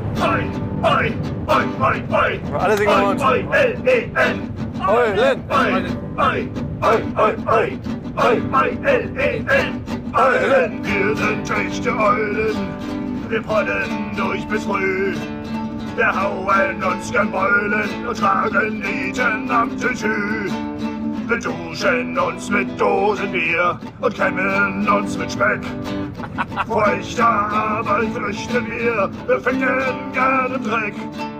[SPEAKER 3] Alle singen mit uns.
[SPEAKER 5] Eulen.
[SPEAKER 3] Eulen.
[SPEAKER 5] Eulen. Wir sind echte Eulen. Wir prollen durch bis früh. Wir hauen uns gern Beulen und tragen Nieten am Tütü. Wir duschen uns mit Dosenbier und kämmen uns mit Speck. Vor echter Arbeit flüchten wir ficken gern im Dreck.